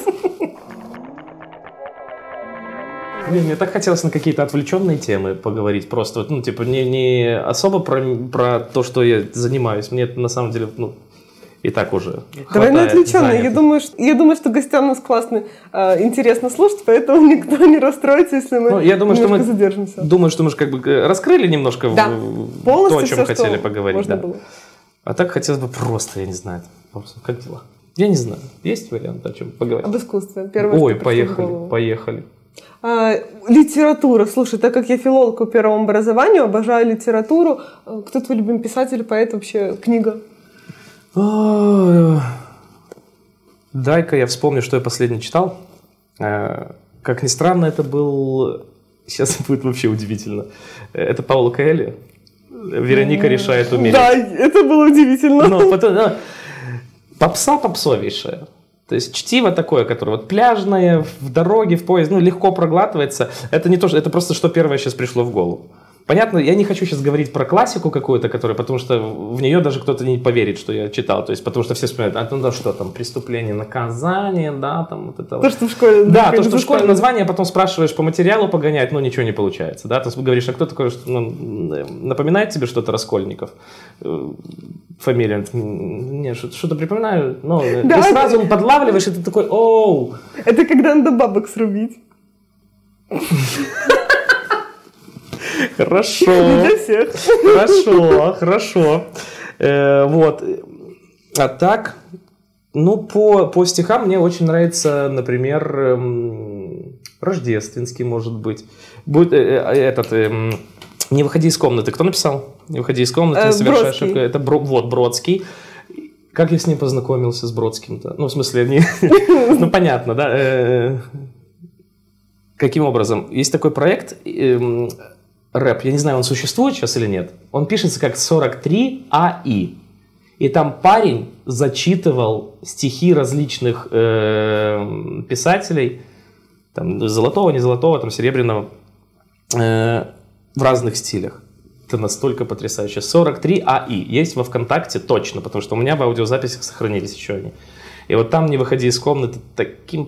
Блин, мне так хотелось на какие-то отвлеченные темы поговорить. Просто, ну, типа, не, не особо про, про то, что я занимаюсь. Мне это, на самом деле, ну, и так уже Давай на отвлеченные. Я думаю, что, я думаю, что гостям нас классно, э, интересно слушать, поэтому никто не расстроится, если мы ну, я думаю, немножко что мы, задержимся. Думаю, что мы же как бы раскрыли немножко да. в, то, о чем все, хотели поговорить. Да. Было. А так хотелось бы просто, я не знаю, как дела? Я не знаю. Есть вариант, о чем поговорить? Об искусстве. Первое, Ой, поехали, поехали. А, литература. Слушай, так как я филолог по первому образованию, обожаю литературу. Кто твой любимый писатель, поэт, вообще книга? Дай-ка я вспомню, что я последний читал. Как ни странно, это был... Сейчас будет вообще удивительно. Это Пауло Коэльо. Вероника решает умереть. Да, это было удивительно. Но потом, но... Попса попсовейшая. То есть чтиво такое, которое вот пляжное, в дороге, в поезд, ну, легко проглатывается. Это не то, что это просто что первое сейчас пришло в голову. Понятно, я не хочу сейчас говорить про классику какую-то, которая, потому что в нее даже кто-то не поверит, что я читал. То есть, потому что все вспоминают, а ну да, что там, преступление, наказание, да, там вот это. То, вот. Что в школе. Да, то, что в школе название, а потом спрашиваешь по материалу погонять, но ничего не получается, да. То есть говоришь, а кто такой, что, ну, напоминает тебе что-то Раскольников? Фамилия? Не, что-то припоминаю, но да, и сразу это... подлавливаешь, и ты такой, оу. Это когда надо бабок срубить. Хорошо. Не для всех. Хорошо, хорошо. Э, вот. А так, ну, по, по стихам мне очень нравится, например, эм, Рождественский, может быть. Будет э, э, этот... Э, «Не выходи из комнаты». Кто написал? «Не выходи из комнаты, не совершай ошибку». Это Бро, вот, Бродский. Как я с ним познакомился, с Бродским-то? Ну, в смысле, не... ну, понятно, да? Каким образом? Есть такой проект... Рэп, я не знаю, он существует сейчас или нет. Он пишется как сорок три А И. И там парень зачитывал стихи различных э, писателей, там, золотого, не золотого, там, серебряного, э, в разных стилях. Это настолько потрясающе. сорок три А И. Есть во ВКонтакте точно, потому что у меня в аудиозаписях сохранились еще они. И вот там «Не выходи из комнаты» таким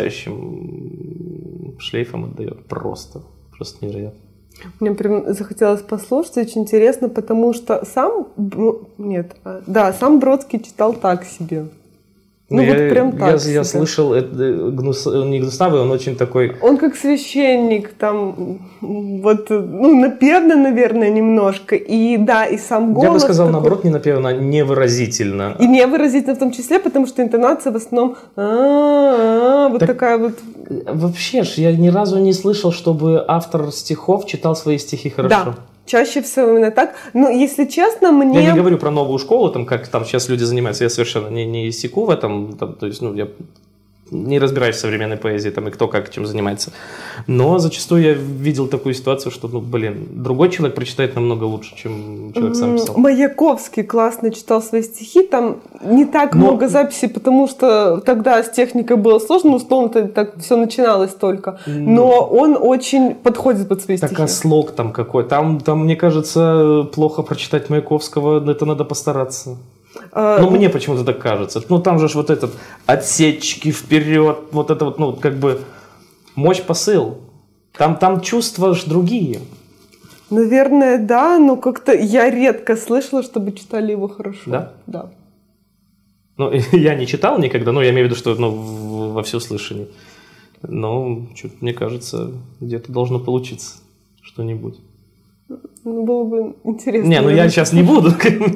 потрясающим шлейфом отдает. Просто, просто невероятно. Мне прям захотелось послушать, очень интересно, потому что сам, нет, да, сам Бродский читал так себе. Ну, я, вот прям так я, себе. Я слышал, это, гнус, не гнусавый, он очень такой... Он как священник, там, вот, ну, напевно, наверное, немножко, и да, и сам голос... Я бы сказал, такой... наоборот, не напевно, а невыразительно. И невыразительно в том числе, потому что интонация в основном а-а-а, вот так, такая вот... Вообще ж, я ни разу не слышал, чтобы автор стихов читал свои стихи хорошо. Да. Чаще всего именно так. Но, если честно, мне... Я не говорю про новую школу, там, как там сейчас люди занимаются, я совершенно не, не секу в этом. Там, то есть, ну, я не разбираюсь в современной поэзии, там, и кто как чем занимается. Но зачастую я видел такую ситуацию, что, ну, блин, другой человек прочитает намного лучше, чем человек сам писал. Маяковский классно читал свои стихи, там не так Но... много записей, потому что тогда с техникой было сложно, условно так все начиналось только. Но он очень подходит под свои так, стихи. Так, а слог там какой? Там, там, мне кажется, плохо прочитать Маяковского, это надо постараться. А, ну, мне почему-то так кажется. Ну, там же вот этот отсечки вперед, вот это вот, ну, как бы мощь, посыл. Там, там чувства ж другие. Наверное, да, но как-то я редко слышала, чтобы читали его хорошо. Да? Да. Ну, я не читал никогда, но я имею в виду, что ну, во всеуслышание. Но, что-то, мне кажется, где-то должно получиться что-нибудь. Ну, было бы интересно. Не, ну я сейчас не буду.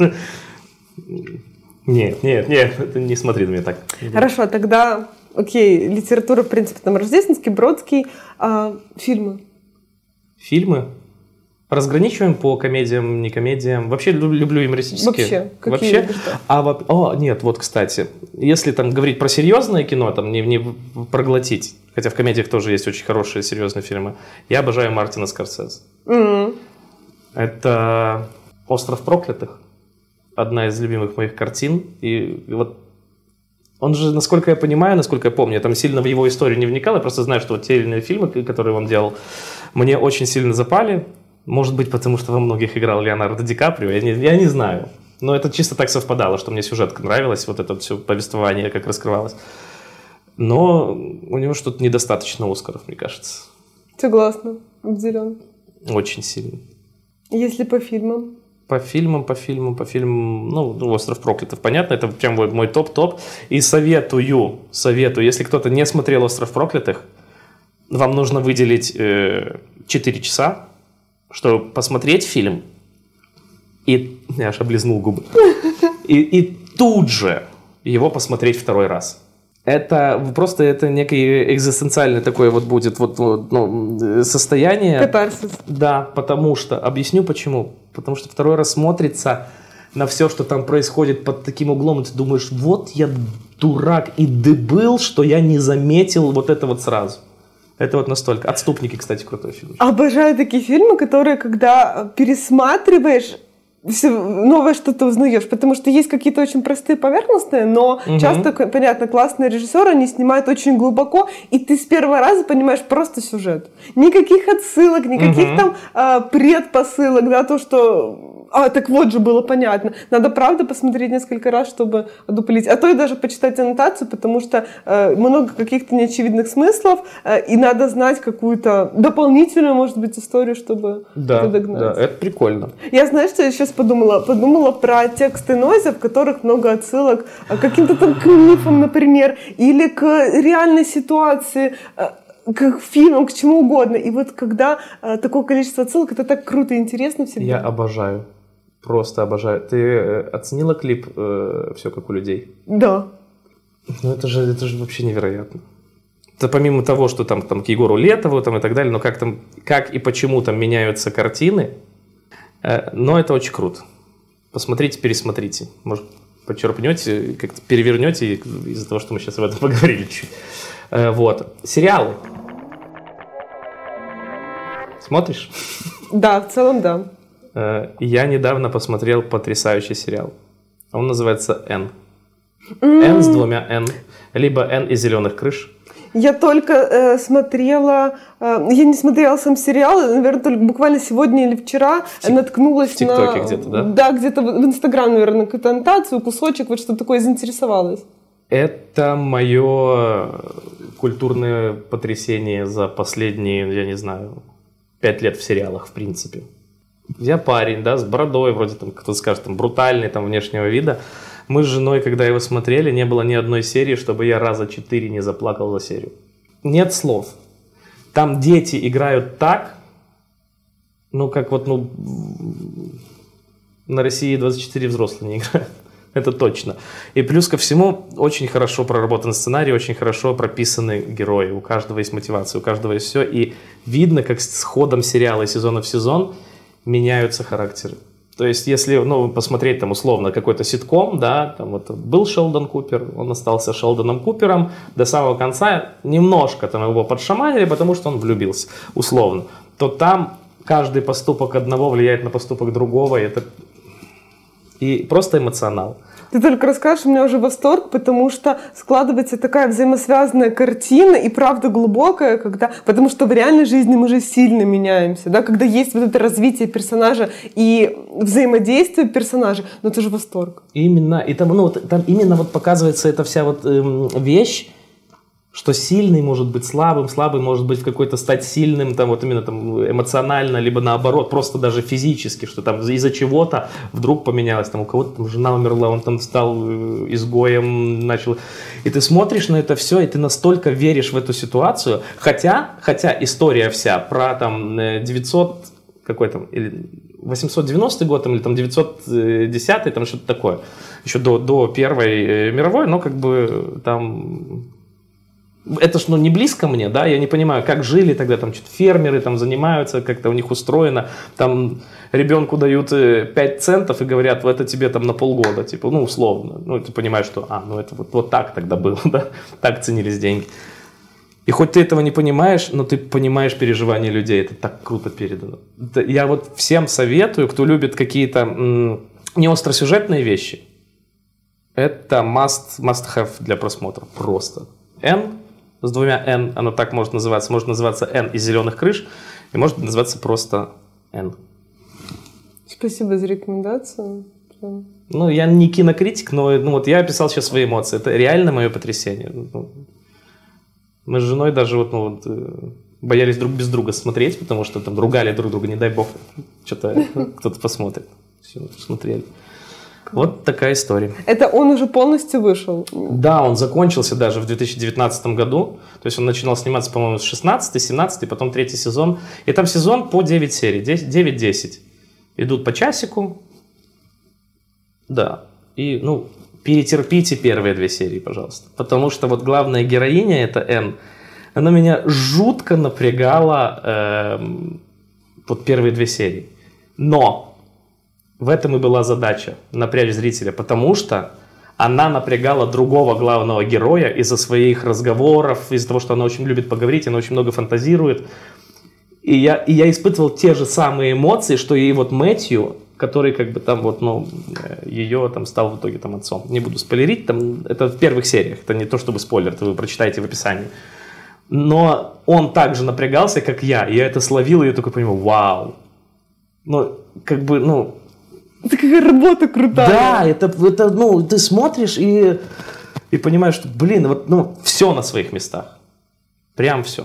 Нет, нет, нет, не смотри на меня так. Хорошо, тогда, окей, литература, в принципе, там Рождественский, Бродский, а фильмы? Фильмы? Разграничиваем по комедиям, не комедиям. Вообще люблю юмористические. Вообще? Какие Вообще? любишь, да? А, о, нет, вот, кстати, если там говорить про серьезное кино, там не, не проглотить, хотя в комедиях тоже есть очень хорошие серьезные фильмы, я обожаю Мартина Скорсезе. Mm-hmm. Это «Остров проклятых», одна из любимых моих картин. И вот он же, насколько я понимаю, насколько я помню, я там сильно в его историю не вникал, я просто знаю, что вот те или иные фильмы, которые он делал, мне очень сильно запали. Может быть, потому что во многих играл Леонардо Ди Каприо, я не, я не знаю. Но это чисто так совпадало, что мне сюжетка нравилась, вот это все повествование, как раскрывалось. Но у него что-то недостаточно Оскаров, мне кажется. Согласна, определенно. Очень сильно. Если по фильмам? По фильмам, по фильмам, по фильмам, ну, «Остров проклятых», понятно, это прям мой, мой топ-топ. И советую, советую, если кто-то не смотрел «Остров проклятых», вам нужно выделить э, четыре часа, чтобы посмотреть фильм, и я аж облизнул губы, и, и тут же его посмотреть второй раз. Это просто это некое экзистенциальное такое вот будет вот, вот, ну, состояние. Катарсис. Да, потому что, объясню почему. Потому что второй раз смотрится на все, что там происходит под таким углом, и ты думаешь, вот я дурак и дебил, что я не заметил вот это вот сразу. Это вот настолько. «Отступники», кстати, крутой фильм. Обожаю такие фильмы, которые, когда пересматриваешь, все новое что-то узнаешь, потому что есть какие-то очень простые, поверхностные, но угу. часто, понятно, классные режиссеры, они снимают очень глубоко, и ты с первого раза понимаешь просто сюжет. Никаких отсылок, никаких угу. там а, предпосылок, да, то, что... А, так вот же было понятно. Надо, правда, посмотреть несколько раз, чтобы одуплить. А то и даже почитать аннотацию, потому что э, много каких-то неочевидных смыслов, э, и надо знать какую-то дополнительную, может быть, историю, чтобы да, это догнать. Да, это прикольно. Я, знаешь, что я сейчас подумала? Подумала про тексты Нойза, в которых много отсылок к каким-то там к мифам, например, или к реальной ситуации, к фильмам, к чему угодно. И вот когда э, такое количество отсылок, это так круто и интересно всегда. Я обожаю. Просто обожаю. Ты э, оценила клип э, «Все как у людей»? Да. Ну это же, это же вообще невероятно. Это помимо того, что там, там к Егору Летову там, и так далее, но как, там, как и почему там меняются картины, э, но это очень круто. Посмотрите, пересмотрите. Может, почерпнете, как-то перевернете из-за того, что мы сейчас об этом поговорили чуть. Э, вот. Сериалы. Смотришь? Да, в целом да. Я недавно посмотрел потрясающий сериал. Он называется «Н». Mm. «Н» с двумя «Н». Либо «Н» из «Зеленых крыш». Я только э, смотрела... Э, я не смотрела сам сериал. Наверное, только буквально сегодня или вчера Тик- наткнулась в ТикТоке на... где-то, да? Да, где-то в Инстаграм, наверное, какую-то аннотацию, кусочек, вот что такое, заинтересовалась. Это мое культурное потрясение за последние, я не знаю, пять лет в сериалах, в принципе. Я парень, да, с бородой, вроде там, кто-то скажет, там, брутальный, там, внешнего вида. Мы с женой, когда его смотрели, не было ни одной серии, чтобы я раза четыре не заплакал за серию. Нет слов. Там дети играют так, ну, как вот, ну, на России двадцать четыре взрослые не играют. Это точно. И плюс ко всему, очень хорошо проработан сценарий, очень хорошо прописаны герои. У каждого есть мотивация, у каждого есть все. И видно, как с ходом сериала из сезона в сезон меняются характеры. То есть, если, ну, посмотреть там условно какой-то ситком, да, там вот был Шелдон Купер, он остался Шелдоном Купером до самого конца, немножко там его подшаманили, потому что он влюбился, условно, то там каждый поступок одного влияет на поступок другого, и это и просто эмоционал. Ты только расскажешь, у меня уже восторг, потому что складывается такая взаимосвязанная картина и правда глубокая, когда, потому что в реальной жизни мы же сильно меняемся, да, когда есть вот это развитие персонажа и взаимодействие персонажа, но это же восторг. Именно, и там, ну, там именно вот показывается эта вся вот эм, вещь, что сильный может быть слабым, слабый может быть в какой-то стать сильным, там вот именно там эмоционально, либо наоборот, просто даже физически, что там из-за чего-то вдруг поменялось, там у кого-то там жена умерла, он там стал изгоем, начал. И ты смотришь на это все, и ты настолько веришь в эту ситуацию, хотя, хотя история вся про там девятьсот, какой там, или восемьсот девяностый год, там, или там девятьсот десятый, там что-то такое, еще до, до Первой мировой, но как бы там... Это ж ну, не близко мне, да, я не понимаю, как жили тогда, там что-то фермеры там занимаются, как-то у них устроено, там ребенку дают пять центов и говорят, это тебе там на полгода, типа, ну, условно, ну, ты понимаешь, что, а, ну, это вот, вот так тогда было, да, так ценились деньги. И хоть ты этого не понимаешь, но ты понимаешь переживания людей, это так круто передано. Это, я вот всем советую, кто любит какие-то м- не остросюжетные вещи, это must, must have для просмотра, просто. N с двумя N, оно так может называться. Может называться N из зеленых крыш, и может называться просто N. Спасибо за рекомендацию. Ну, я не кинокритик, но ну, вот я описал сейчас свои эмоции. Это реально мое потрясение. Мы с женой даже вот, ну, вот, боялись друг без друга смотреть, потому что там ругали друг друга, не дай бог, что-то кто-то посмотрит. Все, смотрели. Вот такая история. Это он уже полностью вышел? Да, он закончился даже в две тысячи девятнадцатом году. То есть он начинал сниматься, по-моему, с шестнадцатый, семнадцатый, потом третий сезон. И там сезон по девять серий, девять-десять. Идут по часику. Да. И, ну, перетерпите первые две серии, пожалуйста. Потому что вот главная героиня, это Энн, она меня жутко напрягала э, вот первые две серии. Но... В этом и была задача – напрячь зрителя, потому что она напрягала другого главного героя из-за своих разговоров, из-за того, что она очень любит поговорить, она очень много фантазирует. И я, и я испытывал те же самые эмоции, что и вот Мэтью, который как бы там вот, ну, ее там стал в итоге там отцом. Не буду спойлерить, там, это в первых сериях, это не то чтобы спойлер, это вы прочитаете в описании. Но он также напрягался, как я, и я это словил, и я такой понимаю, вау. Ну, как бы, ну... Это какая работа крутая. Да, это, это ну, ты смотришь и, и понимаешь, что, блин, вот, ну, все на своих местах. Прям все.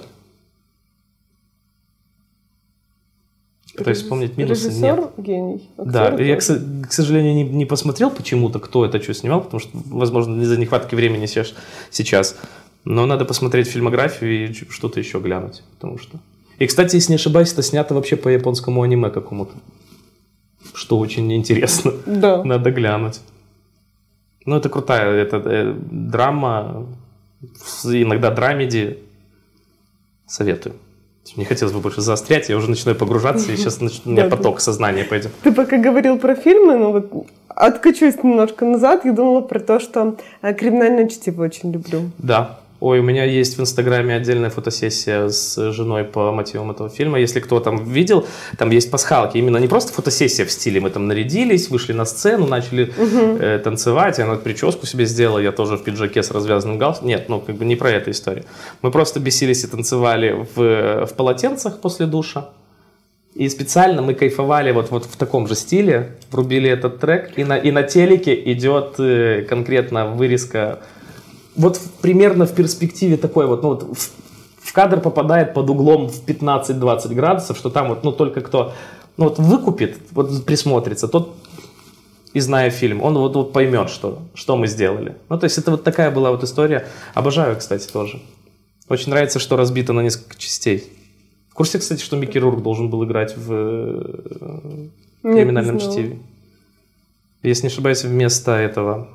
Пытаюсь вспомнить минусы. Режиссер Нет. гений. Да, я, к, к сожалению, не, не посмотрел почему-то, кто это что снимал, потому что, возможно, из-за нехватки времени сейчас. Но надо посмотреть фильмографию и что-то еще глянуть. Потому что... И, кстати, если не ошибаюсь, это снято вообще по японскому аниме какому-то. Что очень интересно. Да. Надо глянуть. Ну, это крутая это, э, драма, иногда драмеди. Советую. Не хотелось бы больше заострять, я уже начинаю погружаться, и сейчас у меня поток сознания пойдет. Ты пока говорил про фильмы, ну вот откачусь немножко назад, я думала про то, что «Криминальное чтиво» очень люблю. Да. Ой, у меня есть в Инстаграме отдельная фотосессия с женой по мотивам этого фильма. Если кто там видел, там есть пасхалки. Именно не просто фотосессия в стиле. Мы там нарядились, вышли на сцену, начали uh-huh. э, танцевать. Она прическу себе сделала, я тоже в пиджаке с развязанным галстуком. Нет, ну как бы не про эту историю. Мы просто бесились и танцевали в, в полотенцах после душа. И специально мы кайфовали вот, вот в таком же стиле. Врубили этот трек. И на, и на телеке идет э, конкретно вырезка. Вот примерно в перспективе такой вот, ну вот в, в кадр попадает под углом в пятнадцать-двадцать градусов, что там вот, ну только кто, ну вот выкупит, вот присмотрится, тот, и зная фильм, он вот, вот поймет, что, что мы сделали. Ну то есть это вот такая была вот история. Обожаю, кстати, тоже. Очень нравится, что разбито на несколько частей. В курсе, кстати, что Микки Рурк должен был играть в «Криминальном чтиве»? Если не ошибаюсь, вместо этого...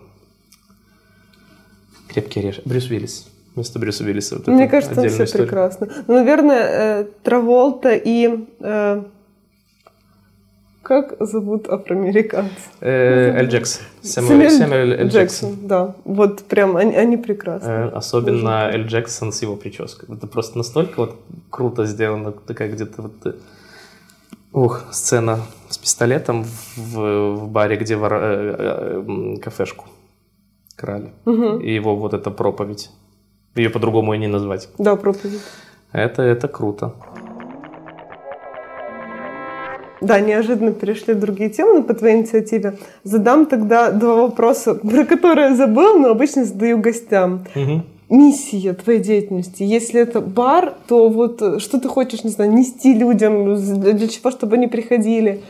«Крепкий орешек». Брюс Уиллис. Вместо Брюса Уиллиса. Вот Мне кажется, там все история. Прекрасно. Ну, наверное, Траволта и... Э, как зовут афроамериканца? Эль Джексон. Сэмюэл Эль Джексон. Да, вот прям они, они прекрасны. Э, особенно Эль Джексон с его прической. Это просто настолько вот круто сделано. Такая где-то вот... Ух, сцена с пистолетом в, в баре, где вор, э, э, кафешку крали. Угу. И его вот эта проповедь. Ее по-другому и не назвать. Да, проповедь. Это, это круто. Да, неожиданно перешли в другие темы, но по твоей инициативе. Задам тогда два вопроса, про которые я забыл, но обычно задаю гостям. Угу. миссия твоей деятельности? Если это бар, то вот что ты хочешь, не знаю, нести людям, для чего, чтобы они приходили?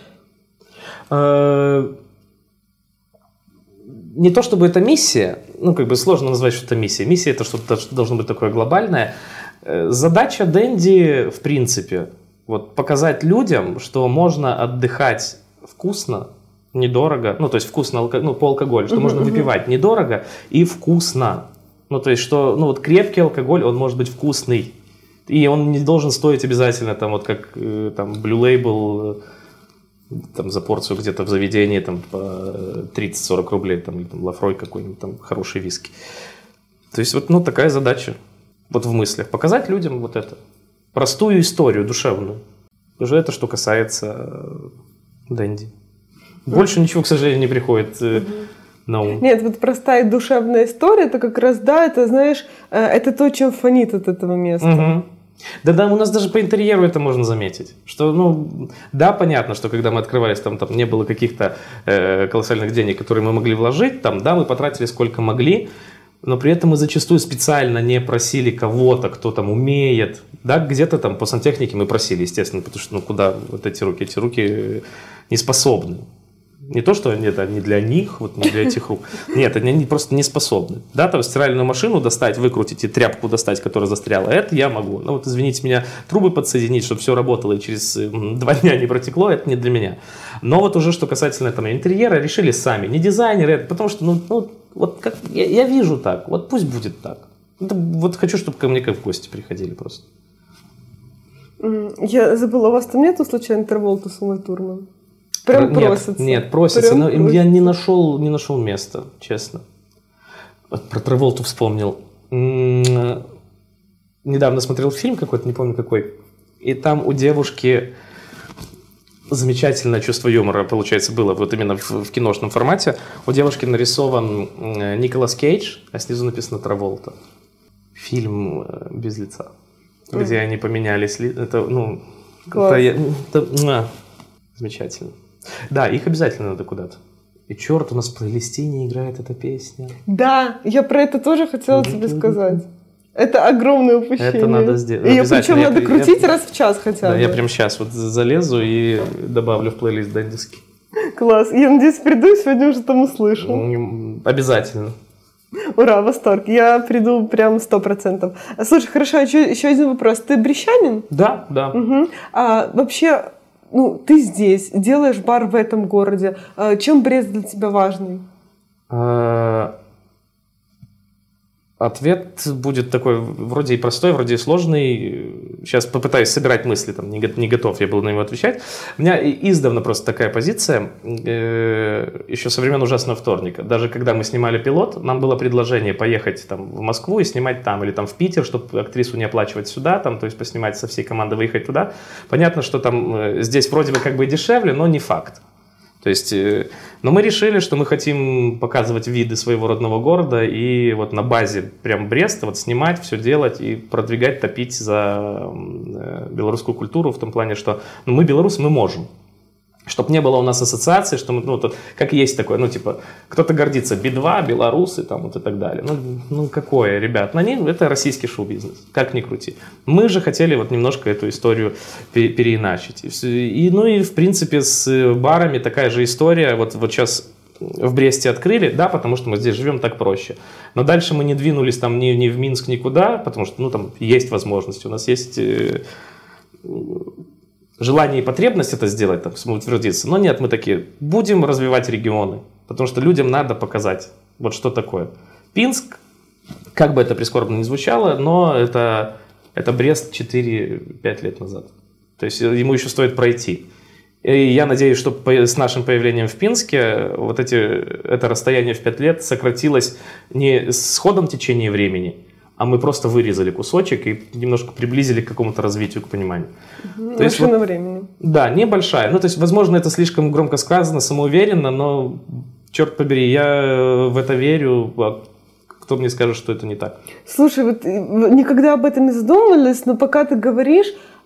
Не то чтобы это миссия, ну как бы сложно назвать, что это миссия. Миссия — это что-то что должно быть такое глобальное. Задача Дэнди, в принципе, вот показать людям, что можно отдыхать вкусно, недорого, ну то есть вкусно, ну по алкоголю, что uh-huh, можно выпивать uh-huh. недорого и вкусно. Ну то есть что, ну вот крепкий алкоголь, он может быть вкусный. И он не должен стоить обязательно, там вот как там Blue Label, там за порцию где-то в заведении там по тридцать-сорок рублей, там, или там Лафрой какой-нибудь, там хороший виски. То есть вот ну такая задача вот в мыслях, показать людям вот это, простую историю, душевную. Уже это, что касается Дэнди. Больше mm-hmm. ничего, к сожалению, не приходит э, mm-hmm. на ум. Нет, вот простая душевная история, это как раз, да, это, знаешь, э, это то, чем фонит от этого места. Mm-hmm. Да-да, у нас даже по интерьеру это можно заметить. Что, ну, да, понятно, что когда мы открывались, там, там не было каких-то э, колоссальных денег, которые мы могли вложить, там, да, мы потратили сколько могли, но при этом мы зачастую специально не просили кого-то, кто там умеет. Да, где-то там по сантехнике мы просили, естественно, потому что, ну, куда вот эти руки? Эти руки не способны. Не то, что это не для них, вот не для этих рук. Нет, они просто не способны. Да, там стиральную машину достать, выкрутить и тряпку достать, которая застряла, это я могу. Ну вот, извините меня, трубы подсоединить, чтобы все работало и через два дня не протекло, это не для меня. Но вот уже что касательно там интерьера, решили сами, не дизайнеры, это потому что, ну, ну вот как, я, я вижу так, вот пусть будет так. Это, вот хочу, чтобы ко мне как в гости приходили просто. Я забыла, у вас там нету случайно Траволты с Умой Турман? Прям Про, просится. Нет, нет просится, Прям но просится. я не нашел, не нашел места, честно. Вот про Траволту вспомнил. М-м- недавно смотрел фильм какой-то, не помню какой, и там у девушки замечательное чувство юмора, получается, было вот именно в, в киношном формате. У девушки нарисован Николас Кейдж, а снизу написано Траволта. Фильм без лица, mm. где они поменялись. Это, ну, Класс. Это, это, замечательно. Да, их обязательно надо куда-то. И черт, у нас в плейлисте не играет эта песня. Да, я про это тоже хотела тебе сказать. Это огромное упущение. Это надо сделать. Ее причем надо крутить раз в час хотя бы. Да, я прямо сейчас вот залезу и добавлю в плейлист дэндиский. Класс. Я надеюсь, приду и сегодня уже там услышу. Обязательно. Ура, восторг. Я приду прям сто процентов. Слушай, хорошо, еще, еще один вопрос. Ты брещанин? Да, да. Угу. А вообще... Ну, ты здесь, делаешь бар в этом городе. Чем Брест для тебя важный? Ответ будет такой, вроде и простой, вроде и сложный. Сейчас попытаюсь собирать мысли, там, не, не готов я был на него отвечать. У меня издавна просто такая позиция, э, еще со времен «Ужасного вторника». Даже когда мы снимали пилот, нам было предложение поехать там, в Москву и снимать там, или там в Питер, чтобы актрису не оплачивать сюда, там, то есть поснимать со всей командой, выехать туда. Понятно, что там э, здесь вроде бы как бы дешевле, но не факт. То есть, но мы решили, что мы хотим показывать виды своего родного города и вот на базе прям Бреста вот снимать, все делать и продвигать, топить за белорусскую культуру в том плане, что ну, мы белорусы, мы можем. Чтобы не было у нас ассоциации, что мы, ну, тут, как есть такое, ну, типа, кто-то гордится, би два, белорусы, там, вот и так далее. Ну, ну какое, ребят? Ну, они, это российский шоу-бизнес, как ни крути. Мы же хотели вот немножко эту историю пере- переиначить. И, и, ну, и, в принципе, с барами такая же история. Вот, вот сейчас в Бресте открыли, да, потому что мы здесь живем, так проще. Но дальше мы не двинулись там ни, ни в Минск, никуда, потому что, ну, там есть возможности. У нас есть... Э- желание и потребность это сделать, там, самоутвердиться. Но нет, мы такие, будем развивать регионы, потому что людям надо показать, вот что такое. Пинск, как бы это прискорбно ни звучало, но это, это Брест четыре-пять лет назад. То есть ему еще стоит пройти. И я надеюсь, что с нашим появлением в Пинске вот эти, это расстояние в пять лет сократилось не с ходом течения времени, а мы просто вырезали кусочек и немножко приблизили к какому-то развитию, к пониманию. Угу, то есть, вот, времени. Да, небольшая. Ну, то есть, возможно, это слишком громко сказано, самоуверенно, но, черт побери, я в это верю. А кто мне скажет, что это не так? Слушай, вот никогда об этом не задумывались, но пока ты говоришь,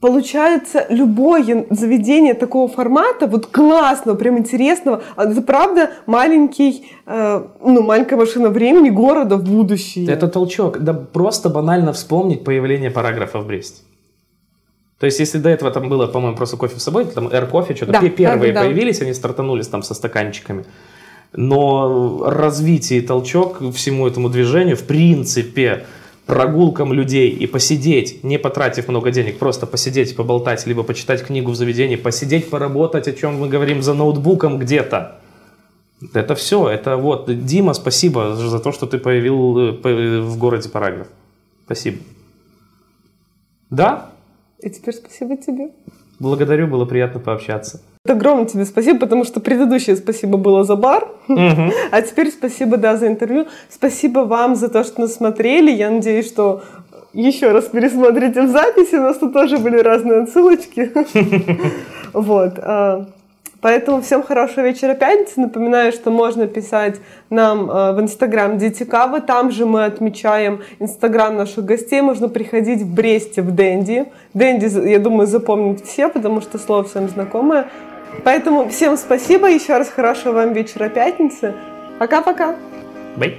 получается, любое заведение такого формата, вот классного, прям интересного, а это правда маленький, э, ну, маленькая машина времени города в будущее. Это толчок. Да просто банально вспомнить появление параграфа в Бресте. То есть, если до этого там было, по-моему, просто кофе с собой, там Air Coffee, что-то да, первые да, да. появились, они стартанулись там со стаканчиками. Но развитие и толчок всему этому движению, в принципе, прогулкам людей и посидеть, не потратив много денег, просто посидеть, поболтать, либо почитать книгу в заведении, посидеть, поработать, о чем мы говорим, за ноутбуком где-то. Это все. Это вот, Дима, спасибо за то, что ты появил в городе параграф. Спасибо. Да? И теперь спасибо тебе. Благодарю, было приятно пообщаться. Огромное тебе спасибо, потому что предыдущее спасибо было за бар, uh-huh. а теперь спасибо, да, за интервью. Спасибо вам за то, что нас смотрели. Я надеюсь, что еще раз пересмотрите в записи. У нас тут тоже были разные отсылочки. Вот. Поэтому всем хорошего вечера пятницы. Напоминаю, что можно писать нам в Инстаграм Дети Кавы. Там же мы отмечаем Инстаграм наших гостей. Можно приходить в Бресте в Дэнди. Дэнди, я думаю, запомнят все, потому что слово всем знакомое. Поэтому всем спасибо. Еще раз хорошего вам вечера пятницы. Пока-пока. Бай.